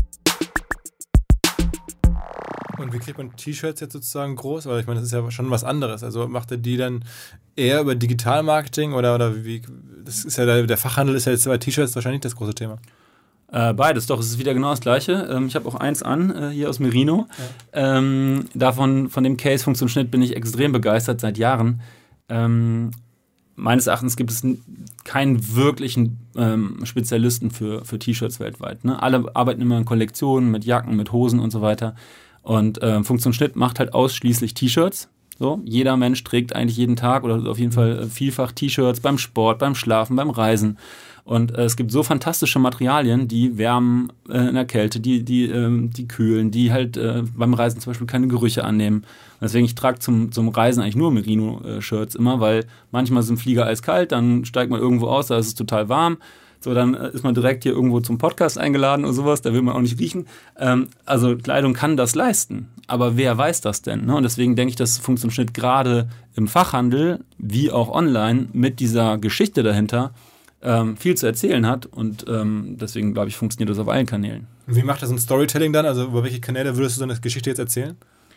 Und wie kriegt man T-Shirts jetzt sozusagen groß? Weil ich meine, das ist ja schon was anderes. Also macht er die dann eher über Digitalmarketing oder, oder wie? Das ist ja der, der Fachhandel ist ja jetzt bei T-Shirts wahrscheinlich das große Thema. Äh, beides, doch, es ist wieder genau das Gleiche. Ähm, ich habe auch eins an, äh, hier aus Merino. Ja. Ähm, davon, von dem Case Funktion Schnitt bin ich extrem begeistert seit Jahren. Ähm, meines Erachtens gibt es n- keinen wirklichen ähm, Spezialisten für, für T-Shirts weltweit. Ne? Alle arbeiten immer in Kollektionen mit Jacken, mit Hosen und so weiter. Und äh, Funktion Schnitt macht halt ausschließlich T-Shirts. So, jeder Mensch trägt eigentlich jeden Tag oder auf jeden Fall vielfach T-Shirts beim Sport, beim Schlafen, beim Reisen. Und äh, es gibt so fantastische Materialien, die wärmen äh, in der Kälte, die, die, ähm, die kühlen, die halt äh, beim Reisen zum Beispiel keine Gerüche annehmen. Und deswegen, ich trage zum, zum Reisen eigentlich nur Merino-Shirts immer, weil manchmal sind Flieger eiskalt, dann steigt man irgendwo aus, da ist es total warm. So, dann ist man direkt hier irgendwo zum Podcast eingeladen oder sowas, da will man auch nicht riechen. Ähm, also Kleidung kann das leisten, aber wer weiß das denn? Ne? Und deswegen denke ich, dass Funktion Schnitt gerade im Fachhandel wie auch online mit dieser Geschichte dahinter ähm, viel zu erzählen hat und ähm, deswegen, glaube ich, funktioniert das auf allen Kanälen. Und wie macht das ein Storytelling dann? Also über welche Kanäle würdest du so eine Geschichte jetzt erzählen?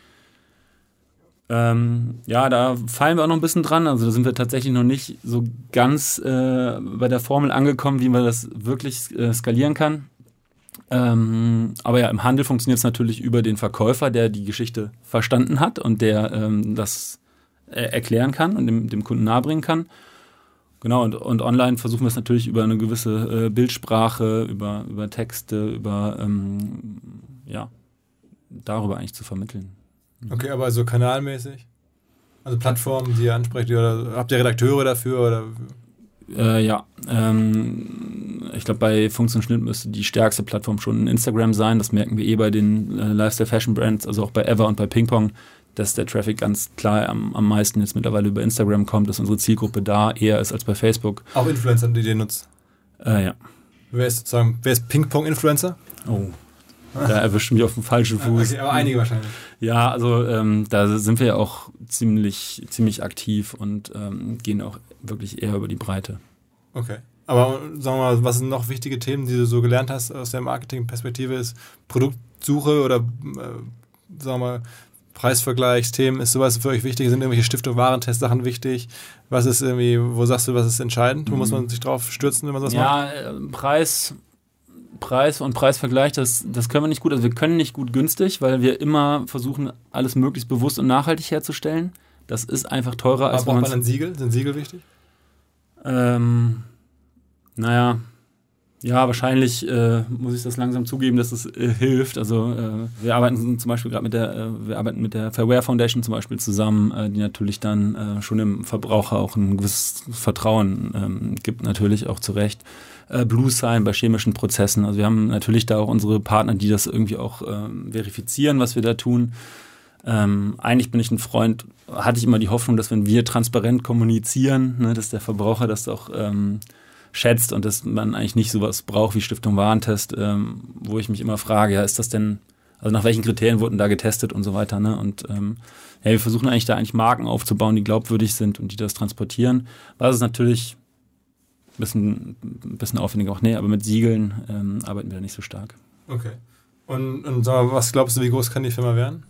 Ähm, ja, da fallen wir auch noch ein bisschen dran. Also da sind wir tatsächlich noch nicht so ganz äh, bei der Formel angekommen, wie man das wirklich äh, skalieren kann. Ähm, aber ja, im Handel funktioniert es natürlich über den Verkäufer, der die Geschichte verstanden hat und der ähm, das äh, erklären kann und dem, dem Kunden nahebringen kann. Genau, und, und online versuchen wir es natürlich über eine gewisse äh, Bildsprache, über, über Texte, über ähm, ja, darüber eigentlich zu vermitteln. Okay, aber so kanalmäßig? Also Plattformen, die ihr ansprecht, oder habt ihr Redakteure dafür? Oder? Äh, ja, ähm, ich glaube, bei Funktion Schnitt müsste die stärkste Plattform schon Instagram sein. Das merken wir eh bei den äh, Lifestyle-Fashion-Brands, also auch bei Ever und bei Ping-Pong, dass der Traffic ganz klar am, am meisten jetzt mittlerweile über Instagram kommt, dass unsere Zielgruppe da eher ist als bei Facebook. Auch Influencer, die ihr nutzt? Äh, ja. Wer ist sozusagen, wer ist Ping-Pong-Influencer? Oh. Da erwischt mich auf den falschen Fuß. Okay, aber einige wahrscheinlich. Ja, also ähm, da sind wir ja auch ziemlich, ziemlich aktiv und ähm, gehen auch wirklich eher über die Breite. Okay. Aber sagen wir mal, was sind noch wichtige Themen, die du so gelernt hast aus der Marketingperspektive? Ist Produktsuche oder äh, sagen wir mal Preisvergleichsthemen? Ist sowas für euch wichtig? Sind irgendwelche Stiftung Warentest-Sachen wichtig? Was ist irgendwie, wo sagst du, was ist entscheidend? Wo mhm. muss man sich drauf stürzen, wenn man sowas ja, macht? Ja, äh, Preis... Preis und Preisvergleich, das, das können wir nicht gut. Also wir können nicht gut günstig, weil wir immer versuchen, alles möglichst bewusst und nachhaltig herzustellen. Das ist einfach teurer als... Aber braucht man ein Siegel? Sind Siegel wichtig? Ähm, naja, ja, wahrscheinlich äh, muss ich das langsam zugeben, dass es äh, hilft. Also äh, wir arbeiten zum Beispiel gerade mit der, äh, wir arbeiten mit der Fairware Foundation zum Beispiel zusammen, äh, die natürlich dann äh, schon dem Verbraucher auch ein gewisses Vertrauen ähm, gibt, natürlich auch zu Recht. Blue Sign bei chemischen Prozessen. Also wir haben natürlich da auch unsere Partner, die das irgendwie auch ähm, verifizieren, was wir da tun. Ähm, eigentlich bin ich ein Freund, hatte ich immer die Hoffnung, dass wenn wir transparent kommunizieren, ne, dass der Verbraucher das auch ähm, schätzt und dass man eigentlich nicht sowas braucht wie Stiftung Warentest, ähm, wo ich mich immer frage, ja, ist das denn, also nach welchen Kriterien wurden da getestet und so weiter, ne? Und ähm, ja, wir versuchen eigentlich da eigentlich Marken aufzubauen, die glaubwürdig sind und die das transportieren. Was ist natürlich Bisschen, bisschen aufwendiger auch, nee, aber mit Siegeln ähm, arbeiten wir da nicht so stark. Okay. Und, und sag mal, was glaubst du, wie groß kann die Firma werden?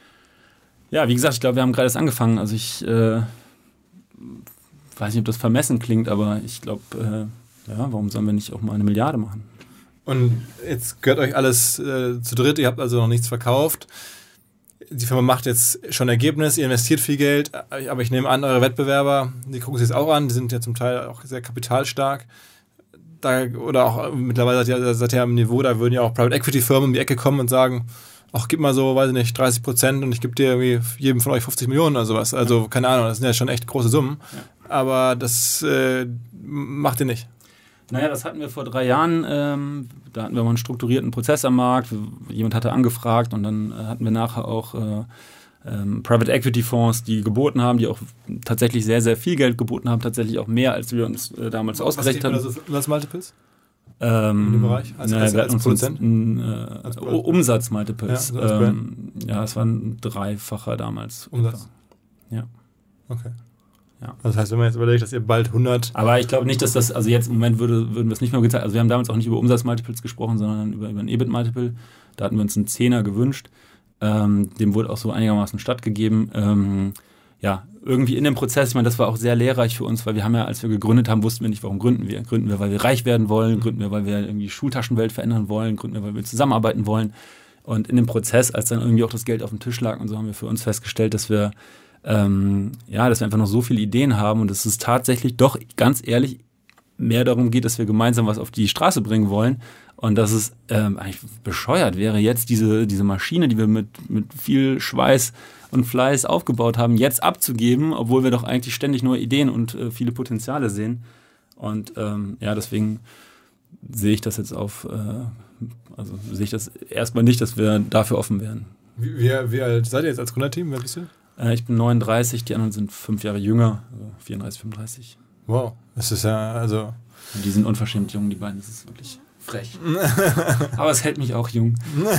Ja, wie gesagt, ich glaube, wir haben gerade erst angefangen. Also ich äh, weiß nicht, ob das vermessen klingt, aber ich glaube, äh, ja, warum sollen wir nicht auch mal eine Milliarde machen? Und jetzt gehört euch alles äh, zu dritt, ihr habt also noch nichts verkauft. Die Firma macht jetzt schon Ergebnis, ihr investiert viel Geld, aber ich nehme an, eure Wettbewerber, die gucken sich das auch an, die sind ja zum Teil auch sehr kapitalstark. Da, oder auch mittlerweile seid ihr, seid ihr am Niveau, da würden ja auch Private Equity Firmen um die Ecke kommen und sagen, ach, gib mal so, weiß ich nicht, dreißig Prozent und ich gebe dir irgendwie jedem von euch fünfzig Millionen oder sowas. Also, keine Ahnung, das sind ja schon echt große Summen. Ja. Aber das äh, macht ihr nicht. Naja, das hatten wir vor drei Jahren. Ähm, da hatten wir mal einen strukturierten Prozess am Markt. Jemand hatte angefragt und dann äh, hatten wir nachher auch äh, ähm, Private Equity Fonds, die geboten haben, die auch tatsächlich sehr, sehr viel Geld geboten haben. Tatsächlich auch mehr, als wir uns äh, damals was ausgerechnet haben. Also, was Multiples? Ähm, in dem Bereich? Also naja, als, wir als hatten Produzent? Ein, äh, als Umsatzmultiples. Ja, so ähm, ja, es war ein Dreifacher damals. Umsatz? Ja. Okay. Ja. Das heißt, wenn man jetzt überlegt, dass ihr bald hundert... Aber ich glaube nicht, dass das, also jetzt im Moment würde, würden wir es nicht mehr gezahlt. Also wir haben damals auch nicht über Umsatzmultiples gesprochen, sondern über, über ein E B I T-Multiple. Da hatten wir uns einen Zehner gewünscht. Ähm, dem wurde auch so einigermaßen stattgegeben. Ähm, ja, irgendwie in dem Prozess, ich meine, das war auch sehr lehrreich für uns, weil wir haben ja, als wir gegründet haben, wussten wir nicht, warum gründen wir. Gründen wir, weil wir reich werden wollen, gründen wir, weil wir irgendwie die Schultaschenwelt verändern wollen, gründen wir, weil wir zusammenarbeiten wollen. Und in dem Prozess, als dann irgendwie auch das Geld auf dem Tisch lag und so, haben wir für uns festgestellt, dass wir Ähm, ja, dass wir einfach noch so viele Ideen haben und dass es tatsächlich doch, ganz ehrlich, mehr darum geht, dass wir gemeinsam was auf die Straße bringen wollen und dass es ähm, eigentlich bescheuert wäre, jetzt diese, diese Maschine, die wir mit, mit viel Schweiß und Fleiß aufgebaut haben, jetzt abzugeben, obwohl wir doch eigentlich ständig neue Ideen und äh, viele Potenziale sehen. Und ähm, ja, deswegen sehe ich das jetzt auf, äh, also sehe ich das erstmal nicht, dass wir dafür offen wären. Wie, wie, wie alt seid ihr jetzt als Gründerteam? Wer bist du? Ich bin neununddreißig, die anderen sind fünf Jahre jünger, also vierunddreißig, fünfunddreißig. Wow, das ist ja, also... Und die sind unverschämt jung, die beiden, das ist wirklich frech. Aber es hält mich auch jung.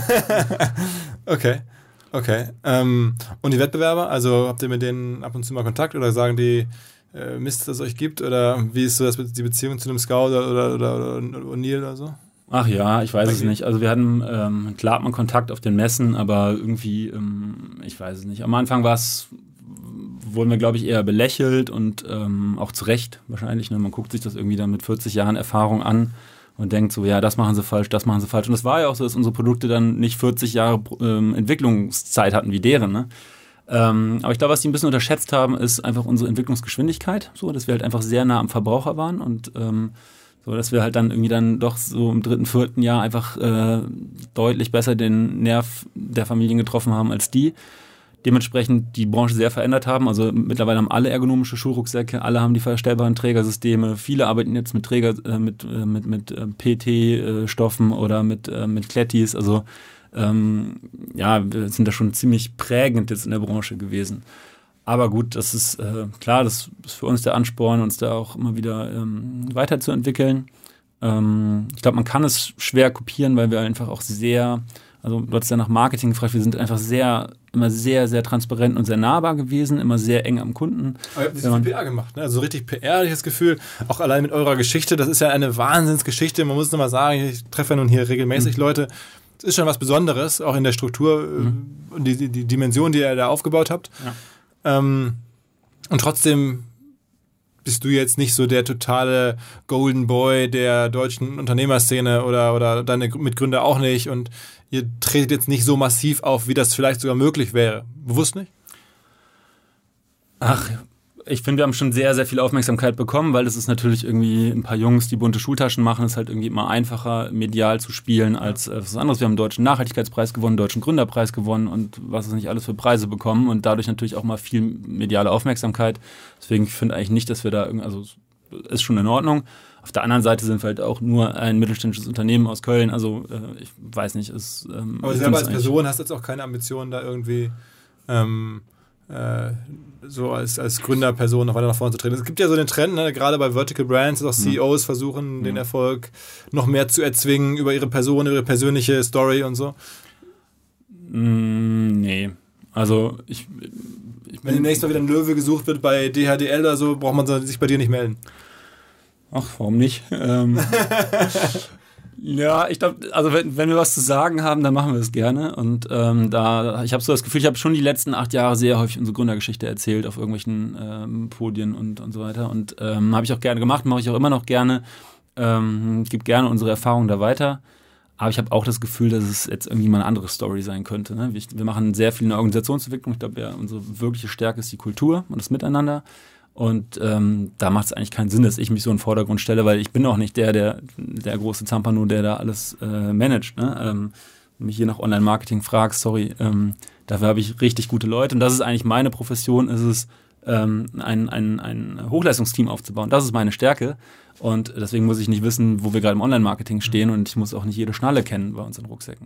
Okay, okay. Ähm, und die Wettbewerber, also habt ihr mit denen ab und zu mal Kontakt oder sagen die, äh, Mist, dass es euch gibt? Oder wie ist so das, die Beziehung zu einem Scout oder, oder, oder, oder O'Neill oder so? Ach ja, ich weiß okay. es nicht. Also wir hatten, ähm, klar hat man Kontakt auf den Messen, aber irgendwie, ähm, ich weiß es nicht. Am Anfang war es, wurden wir, glaube ich, eher belächelt und ähm, auch zu Recht wahrscheinlich. Ne? Man guckt sich das irgendwie dann mit vierzig Jahren Erfahrung an und denkt so, ja, das machen sie falsch, das machen sie falsch. Und es war ja auch so, dass unsere Produkte dann nicht vierzig Jahre ähm, Entwicklungszeit hatten wie deren. Ne? Ähm, aber ich glaube, was die ein bisschen unterschätzt haben, ist einfach unsere Entwicklungsgeschwindigkeit. So, dass wir halt einfach sehr nah am Verbraucher waren und ähm, so, dass wir halt dann irgendwie dann doch so im dritten, vierten Jahr einfach äh, deutlich besser den Nerv der Familien getroffen haben als die. Dementsprechend die Branche sehr verändert haben. Also mittlerweile haben alle ergonomische Schulrucksäcke, alle haben die verstellbaren Trägersysteme. Viele arbeiten jetzt mit Träger, äh, mit, äh, mit, mit äh, P T-Stoffen oder mit, äh, mit Klettis. Also ähm, ja, wir sind da schon ziemlich prägend jetzt in der Branche gewesen. Aber gut, das ist äh, klar, das ist für uns der Ansporn, uns da auch immer wieder ähm, weiterzuentwickeln. Ähm, ich glaube, man kann es schwer kopieren, weil wir einfach auch sehr, also du hast ja nach Marketing gefragt, wir sind einfach sehr, immer sehr, sehr transparent und sehr nahbar gewesen, immer sehr eng am Kunden. Aber ihr habt viel P R gemacht, ne? Also richtig P R, habe ich das Gefühl, auch allein mit eurer Geschichte, das ist ja eine Wahnsinnsgeschichte, man muss es nochmal sagen, ich treffe ja nun hier regelmäßig mhm. Leute, es ist schon was Besonderes, auch in der Struktur mhm. und die, die, die Dimension, die ihr da aufgebaut habt. Ja. Ähm, und trotzdem bist du jetzt nicht so der totale Golden Boy der deutschen Unternehmerszene oder, oder deine Mitgründer auch nicht und ihr tretet jetzt nicht so massiv auf, wie das vielleicht sogar möglich wäre. Bewusst nicht? Ach, ich finde, wir haben schon sehr, sehr viel Aufmerksamkeit bekommen, weil es ist natürlich irgendwie ein paar Jungs, die bunte Schultaschen machen, ist halt irgendwie immer einfacher, medial zu spielen als äh, was anderes. Wir haben einen deutschen Nachhaltigkeitspreis gewonnen, einen deutschen Gründerpreis gewonnen und was es nicht alles für Preise bekommen und dadurch natürlich auch mal viel mediale Aufmerksamkeit. Deswegen finde ich eigentlich nicht, dass wir da irgendwie, also ist schon in Ordnung. Auf der anderen Seite sind wir halt auch nur ein mittelständisches Unternehmen aus Köln, also äh, ich weiß nicht, ist... Ähm, Aber selber als Person hast du jetzt auch keine Ambitionen, da irgendwie... Ähm so als, als Gründerperson noch weiter nach vorne zu treten. Es gibt ja so den Trend, ne, gerade bei Vertical Brands, dass auch C E Os versuchen, mhm. den Erfolg noch mehr zu erzwingen über ihre Person, ihre persönliche Story und so. Mm, nee. Also ich, ich Wenn demnächst mal wieder ein Löwe gesucht wird bei D H D L oder so, braucht man sich bei dir nicht melden. Ach, warum nicht? Ähm, Ja, ich glaube, also wenn, wenn wir was zu sagen haben, dann machen wir es gerne. Und ähm, da, ich habe so das Gefühl, ich habe schon die letzten acht Jahre sehr häufig unsere Gründergeschichte erzählt auf irgendwelchen ähm, Podien und, und so weiter. Und ähm, habe ich auch gerne gemacht, mache ich auch immer noch gerne. Ähm, gebe gerne unsere Erfahrungen da weiter. Aber ich habe auch das Gefühl, dass es jetzt irgendwie mal eine andere Story sein könnte. Ne? Wir, wir machen sehr viel in der Organisationsentwicklung. Ich glaube, ja, unsere wirkliche Stärke ist die Kultur und das Miteinander. Und ähm, da macht es eigentlich keinen Sinn, dass ich mich so in den Vordergrund stelle, weil ich bin auch nicht der, der, der große Zampano, der da alles äh, managt. Ne? Ähm, wenn mich hier nach Online-Marketing fragst, sorry, ähm, dafür habe ich richtig gute Leute. Und das ist eigentlich meine Profession, ist es, ähm, ein, ein, ein Hochleistungsteam aufzubauen. Das ist meine Stärke. Und deswegen muss ich nicht wissen, wo wir gerade im Online-Marketing stehen, und ich muss auch nicht jede Schnalle kennen bei unseren Rucksäcken.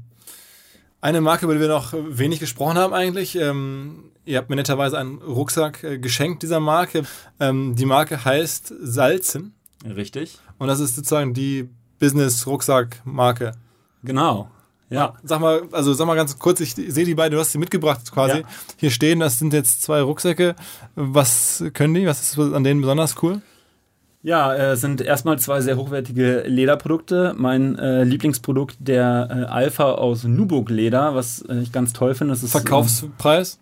Eine Marke, über die wir noch wenig gesprochen haben eigentlich. Ähm, ihr habt mir netterweise einen Rucksack äh, geschenkt dieser Marke. Ähm, die Marke heißt Salzen. Richtig. Und das ist sozusagen die Business-Rucksack-Marke. Genau. Ja. Sag mal, also sag mal ganz kurz, ich sehe die beiden, du hast sie mitgebracht quasi. Ja. Hier stehen, das sind jetzt zwei Rucksäcke. Was können die? Was ist an denen besonders cool? Ja, es äh, sind erstmal zwei sehr hochwertige Lederprodukte. Mein äh, Lieblingsprodukt, der äh, Alpha aus Nubuck-Leder, was äh, ich ganz toll finde. Das ist, Verkaufspreis?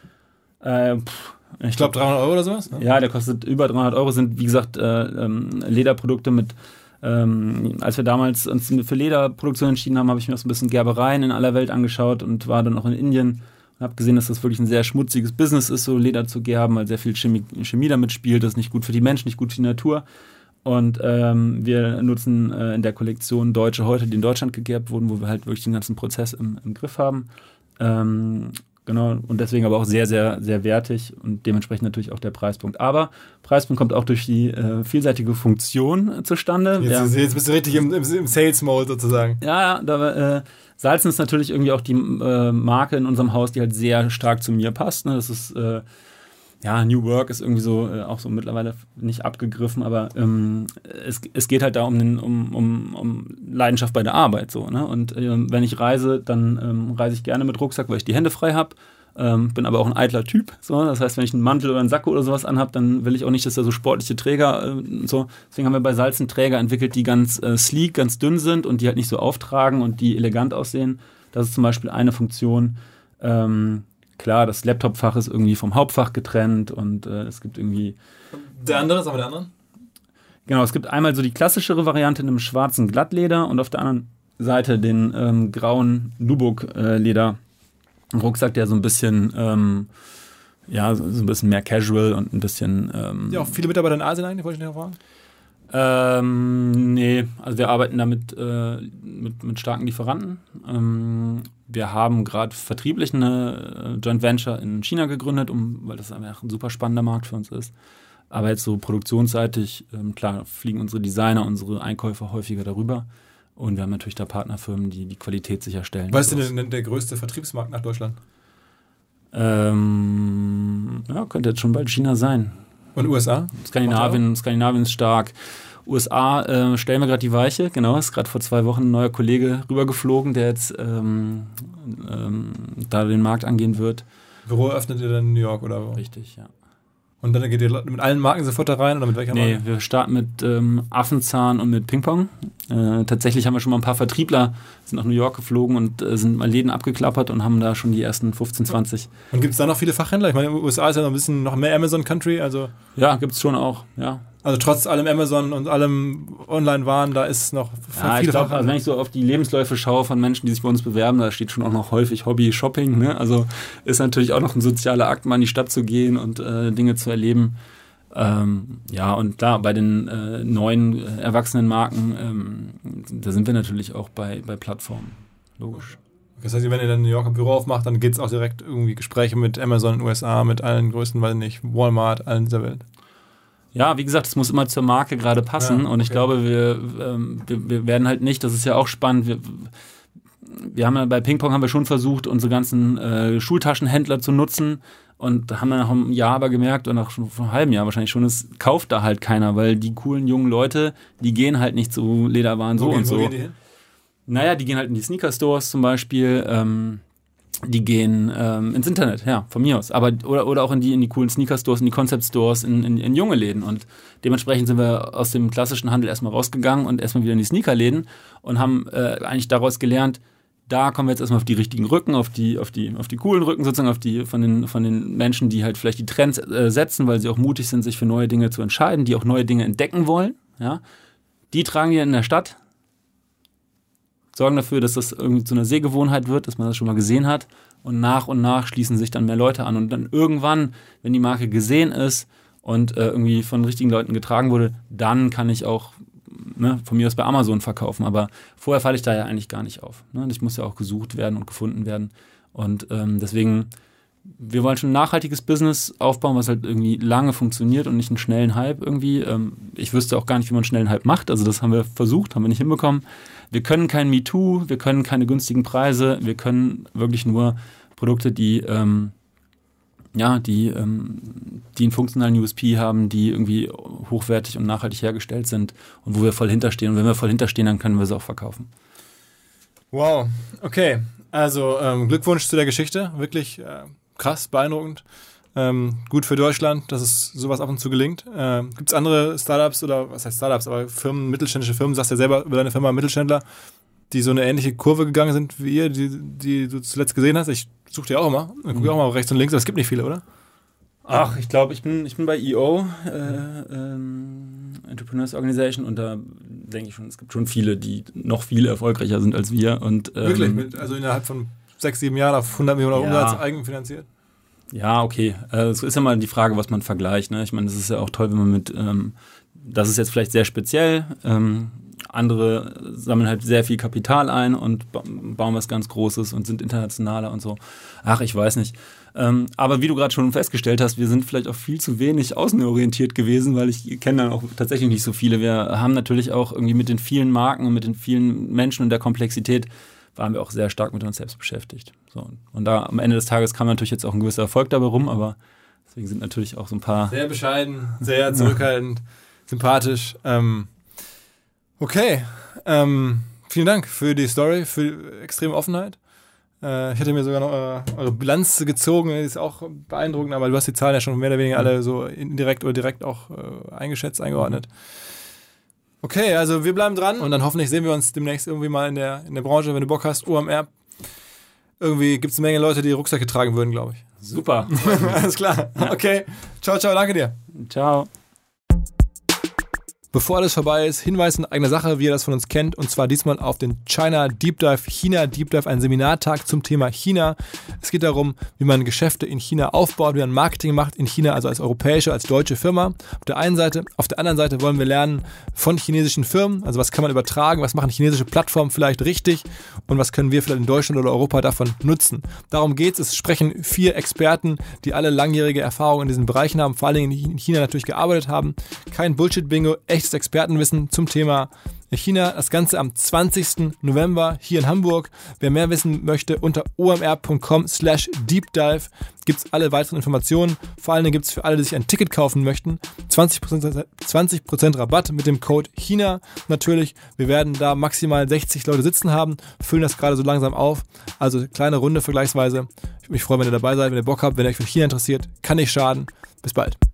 Äh, pff, ich ich glaube dreihundert Euro oder sowas? Ne? Ja, der kostet über dreihundert Euro. Sind, wie gesagt, äh, ähm, Lederprodukte mit... Ähm, als wir damals uns für Lederproduktion entschieden haben, habe ich mir auch so ein bisschen Gerbereien in aller Welt angeschaut und war dann auch in Indien und habe gesehen, dass das wirklich ein sehr schmutziges Business ist, so Leder zu gerben, weil sehr viel Chemie, Chemie damit spielt. Das ist nicht gut für die Menschen, nicht gut für die Natur. Und ähm, wir nutzen äh, in der Kollektion deutsche Häute, die in Deutschland gegerbt wurden, wo wir halt wirklich den ganzen Prozess im, im Griff haben. Ähm, Genau, und deswegen aber auch sehr, sehr, sehr wertig und dementsprechend natürlich auch der Preispunkt. Aber Preispunkt kommt auch durch die äh, vielseitige Funktion äh, zustande. Jetzt, ja. jetzt bist du richtig im, im, im Sales-Mode sozusagen. Ja, ja, da, äh, Salzen ist natürlich irgendwie auch die äh, Marke in unserem Haus, die halt sehr stark zu mir passt. Ne? Das ist, äh, ja, New Work ist irgendwie so, äh, auch so mittlerweile nicht abgegriffen, aber ähm, es, es geht halt da um, den, um, um, um Leidenschaft bei der Arbeit. So, ne? Und äh, wenn ich reise, dann ähm, reise ich gerne mit Rucksack, weil ich die Hände frei habe. Ähm, bin aber auch ein eitler Typ. So. Das heißt, wenn ich einen Mantel oder einen Sakko oder sowas anhabe, dann will ich auch nicht, dass da so sportliche Träger äh, so. Deswegen haben wir bei Salzen Träger entwickelt, die ganz äh, sleek, ganz dünn sind und die halt nicht so auftragen und die elegant aussehen. Das ist zum Beispiel eine Funktion. Ähm, Klar, das Laptopfach ist irgendwie vom Hauptfach getrennt und äh, es gibt irgendwie... Der andere, sagen wir der anderen? Genau, es gibt einmal so die klassischere Variante in einem schwarzen Glattleder und auf der anderen Seite den ähm, grauen Nubuck-Leder-Rucksack, der so ein bisschen, ähm, ja, so, so ein bisschen mehr casual und ein bisschen... Ähm, ja, auch viele Mitarbeiter in Asien eigentlich, wollte ich noch fragen. Ähm, nee, also wir arbeiten damit äh, mit, mit starken Lieferanten. Ähm, wir haben gerade vertrieblich eine äh, Joint Venture in China gegründet, um, weil das einfach ein super spannender Markt für uns ist. Aber jetzt so produktionsseitig, ähm, klar, fliegen unsere Designer, unsere Einkäufer häufiger darüber. Und wir haben natürlich da Partnerfirmen, die die Qualität sicherstellen. Was ist denn der, der größte Vertriebsmarkt nach Deutschland? Ähm, ja, könnte jetzt schon bald China sein. Und U S A? Skandinavien, Skandinavien ist stark. U S A äh, stellen wir gerade die Weiche, genau, ist gerade vor zwei Wochen ein neuer Kollege rübergeflogen, der jetzt ähm, ähm, da den Markt angehen wird. Büro öffnet ihr dann in New York oder wo? Richtig, ja. Und dann geht ihr mit allen Marken sofort da rein oder mit welcher Nee, Marke? wir starten mit ähm, Affenzahn und mit Ping-Pong. Äh, tatsächlich haben wir schon mal ein paar Vertriebler, sind nach New York geflogen und äh, sind mal Läden abgeklappert und haben da schon die ersten fünfzehn, zwanzig. Und gibt es da noch viele Fachhändler? Ich meine, in den U S A ist ja noch ein bisschen noch mehr Amazon-Country, also... Ja, gibt es schon auch, ja. Also trotz allem Amazon und allem Online-Waren, da ist noch ja, viele ich glaub, also wenn ich so auf die Lebensläufe schaue von Menschen, die sich bei uns bewerben, da steht schon auch noch häufig Hobby, Shopping. Ne? Also ist natürlich auch noch ein sozialer Akt, mal in die Stadt zu gehen und äh, Dinge zu erleben. Ähm, ja, und da bei den äh, neuen äh, erwachsenen Marken, ähm, da sind wir natürlich auch bei, bei Plattformen. Logisch. Das heißt, wenn ihr dann ein New Yorker Büro aufmacht, dann geht es auch direkt irgendwie Gespräche mit Amazon in den U S A, mit allen größten, weiß nicht, Walmart, allen dieser Welt. Ja, wie gesagt, es muss immer zur Marke gerade passen. Ja, okay. Und ich glaube, wir, ähm, wir, wir werden halt nicht, das ist ja auch spannend, wir, wir haben ja bei Ping-Pong haben wir schon versucht, unsere ganzen äh, Schultaschenhändler zu nutzen und haben dann nach einem Jahr aber gemerkt, oder nach schon vor einem halben Jahr wahrscheinlich schon, es kauft da halt keiner, weil die coolen jungen Leute, die gehen halt nicht zu Lederwaren so wo und gehen, so. Wo gehen die hin? Naja, die gehen halt in die Sneaker-Stores zum Beispiel, ähm, die gehen ähm, ins Internet, ja, von mir aus. Aber, oder, oder auch in die, in die coolen Sneaker-Stores, in die Concept-Stores, in, in, in junge Läden. Und dementsprechend sind wir aus dem klassischen Handel erstmal rausgegangen und erstmal wieder in die Sneaker-Läden und haben äh, eigentlich daraus gelernt, da kommen wir jetzt erstmal auf die richtigen Rücken, auf die, auf die, auf die coolen Rücken sozusagen, auf die von den, von den Menschen, die halt vielleicht die Trends äh, setzen, weil sie auch mutig sind, sich für neue Dinge zu entscheiden, die auch neue Dinge entdecken wollen. Ja? Die tragen wir in der Stadt, sorgen dafür, dass das irgendwie zu einer Sehgewohnheit wird, dass man das schon mal gesehen hat und nach und nach schließen sich dann mehr Leute an und dann irgendwann, wenn die Marke gesehen ist und äh, irgendwie von richtigen Leuten getragen wurde, dann kann ich auch ne, von mir aus bei Amazon verkaufen, aber vorher falle ich da ja eigentlich gar nicht auf. Ne? Ich muss ja auch gesucht werden und gefunden werden und ähm, deswegen, wir wollen schon ein nachhaltiges Business aufbauen, was halt irgendwie lange funktioniert und nicht einen schnellen Hype irgendwie. Ähm, ich wüsste auch gar nicht, wie man einen schnellen Hype macht, also das haben wir versucht, haben wir nicht hinbekommen. Wir können kein MeToo, wir können keine günstigen Preise, wir können wirklich nur Produkte, die, ähm, ja, die, ähm, die einen funktionalen U S P haben, die irgendwie hochwertig und nachhaltig hergestellt sind und wo wir voll hinterstehen. Und wenn wir voll hinterstehen, dann können wir sie auch verkaufen. Wow, okay. Also ähm, Glückwunsch zu der Geschichte, wirklich äh, krass, beeindruckend. Ähm, gut für Deutschland, dass es sowas ab und zu gelingt. Ähm, Gibt es andere Startups oder, was heißt Startups, aber Firmen, mittelständische Firmen, sagst ja selber über deine Firma Mittelständler, die so eine ähnliche Kurve gegangen sind wie ihr, die, die du zuletzt gesehen hast? Ich suche die auch immer, ich gucke auch mal rechts und links, aber es gibt nicht viele, oder? Ach, ich glaube, ich bin, ich bin bei E O, äh, ähm, Entrepreneurs Organization, und da denke ich schon, es gibt schon viele, die noch viel erfolgreicher sind als wir. Und, ähm, Wirklich? Mit, also innerhalb von sechs, sieben Jahren auf hundert Millionen Euro ja. Umsatz eigenfinanziert? Ja, okay. Äh, es ist ja mal die Frage, was man vergleicht. Ne? Ich meine, es ist ja auch toll, wenn man mit, ähm, das ist jetzt vielleicht sehr speziell, ähm, andere sammeln halt sehr viel Kapital ein und ba- bauen was ganz Großes und sind internationaler und so. Ach, ich weiß nicht. Ähm, aber wie du gerade schon festgestellt hast, wir sind vielleicht auch viel zu wenig außenorientiert gewesen, weil ich kenne dann auch tatsächlich nicht so viele. Wir haben natürlich auch irgendwie mit den vielen Marken und mit den vielen Menschen und der Komplexität waren wir auch sehr stark mit uns selbst beschäftigt. So, und da am Ende des Tages kam natürlich jetzt auch ein gewisser Erfolg dabei rum, aber deswegen sind natürlich auch so ein paar... Sehr bescheiden, sehr zurückhaltend, sympathisch. Ähm, okay, ähm, vielen Dank für die Story, für extreme Offenheit. Äh, ich hätte mir sogar noch eure, eure Bilanz gezogen, die ist auch beeindruckend, aber du hast die Zahlen ja schon mehr oder weniger alle so indirekt oder direkt auch äh, eingeschätzt, eingeordnet. Okay, also wir bleiben dran und dann hoffentlich sehen wir uns demnächst irgendwie mal in der, in der Branche, wenn du Bock hast, O M R. Irgendwie gibt es eine Menge Leute, die Rucksäcke tragen würden, glaube ich. Super. Alles klar. Okay. Ciao, ciao, danke dir. Ciao. Bevor alles vorbei ist, Hinweis in eigener Sache, wie ihr das von uns kennt, und zwar diesmal auf den China Deep Dive, China Deep Dive, ein Seminartag zum Thema China. Es geht darum, wie man Geschäfte in China aufbaut, wie man Marketing macht in China, also als europäische, als deutsche Firma. Auf der einen Seite. Auf der anderen Seite wollen wir lernen von chinesischen Firmen, also was kann man übertragen, was machen chinesische Plattformen vielleicht richtig und was können wir vielleicht in Deutschland oder Europa davon nutzen. Darum geht es. Es sprechen vier Experten, die alle langjährige Erfahrung in diesen Bereichen haben, vor allen Dingen in China natürlich gearbeitet haben. Kein Bullshit-Bingo, echt Expertenwissen zum Thema China. Das Ganze am zwanzigsten November hier in Hamburg. Wer mehr wissen möchte, unter omr.com slash deepdive gibt es alle weiteren Informationen. Vor allen Dingen gibt es für alle, die sich ein Ticket kaufen möchten, zwanzig Prozent, zwanzig Prozent Rabatt mit dem Code China. Natürlich, wir werden da maximal sechzig Leute sitzen haben, füllen das gerade so langsam auf. Also kleine Runde vergleichsweise. Ich würde mich freuen, wenn ihr dabei seid, wenn ihr Bock habt, wenn ihr euch für China interessiert. Kann nicht schaden. Bis bald.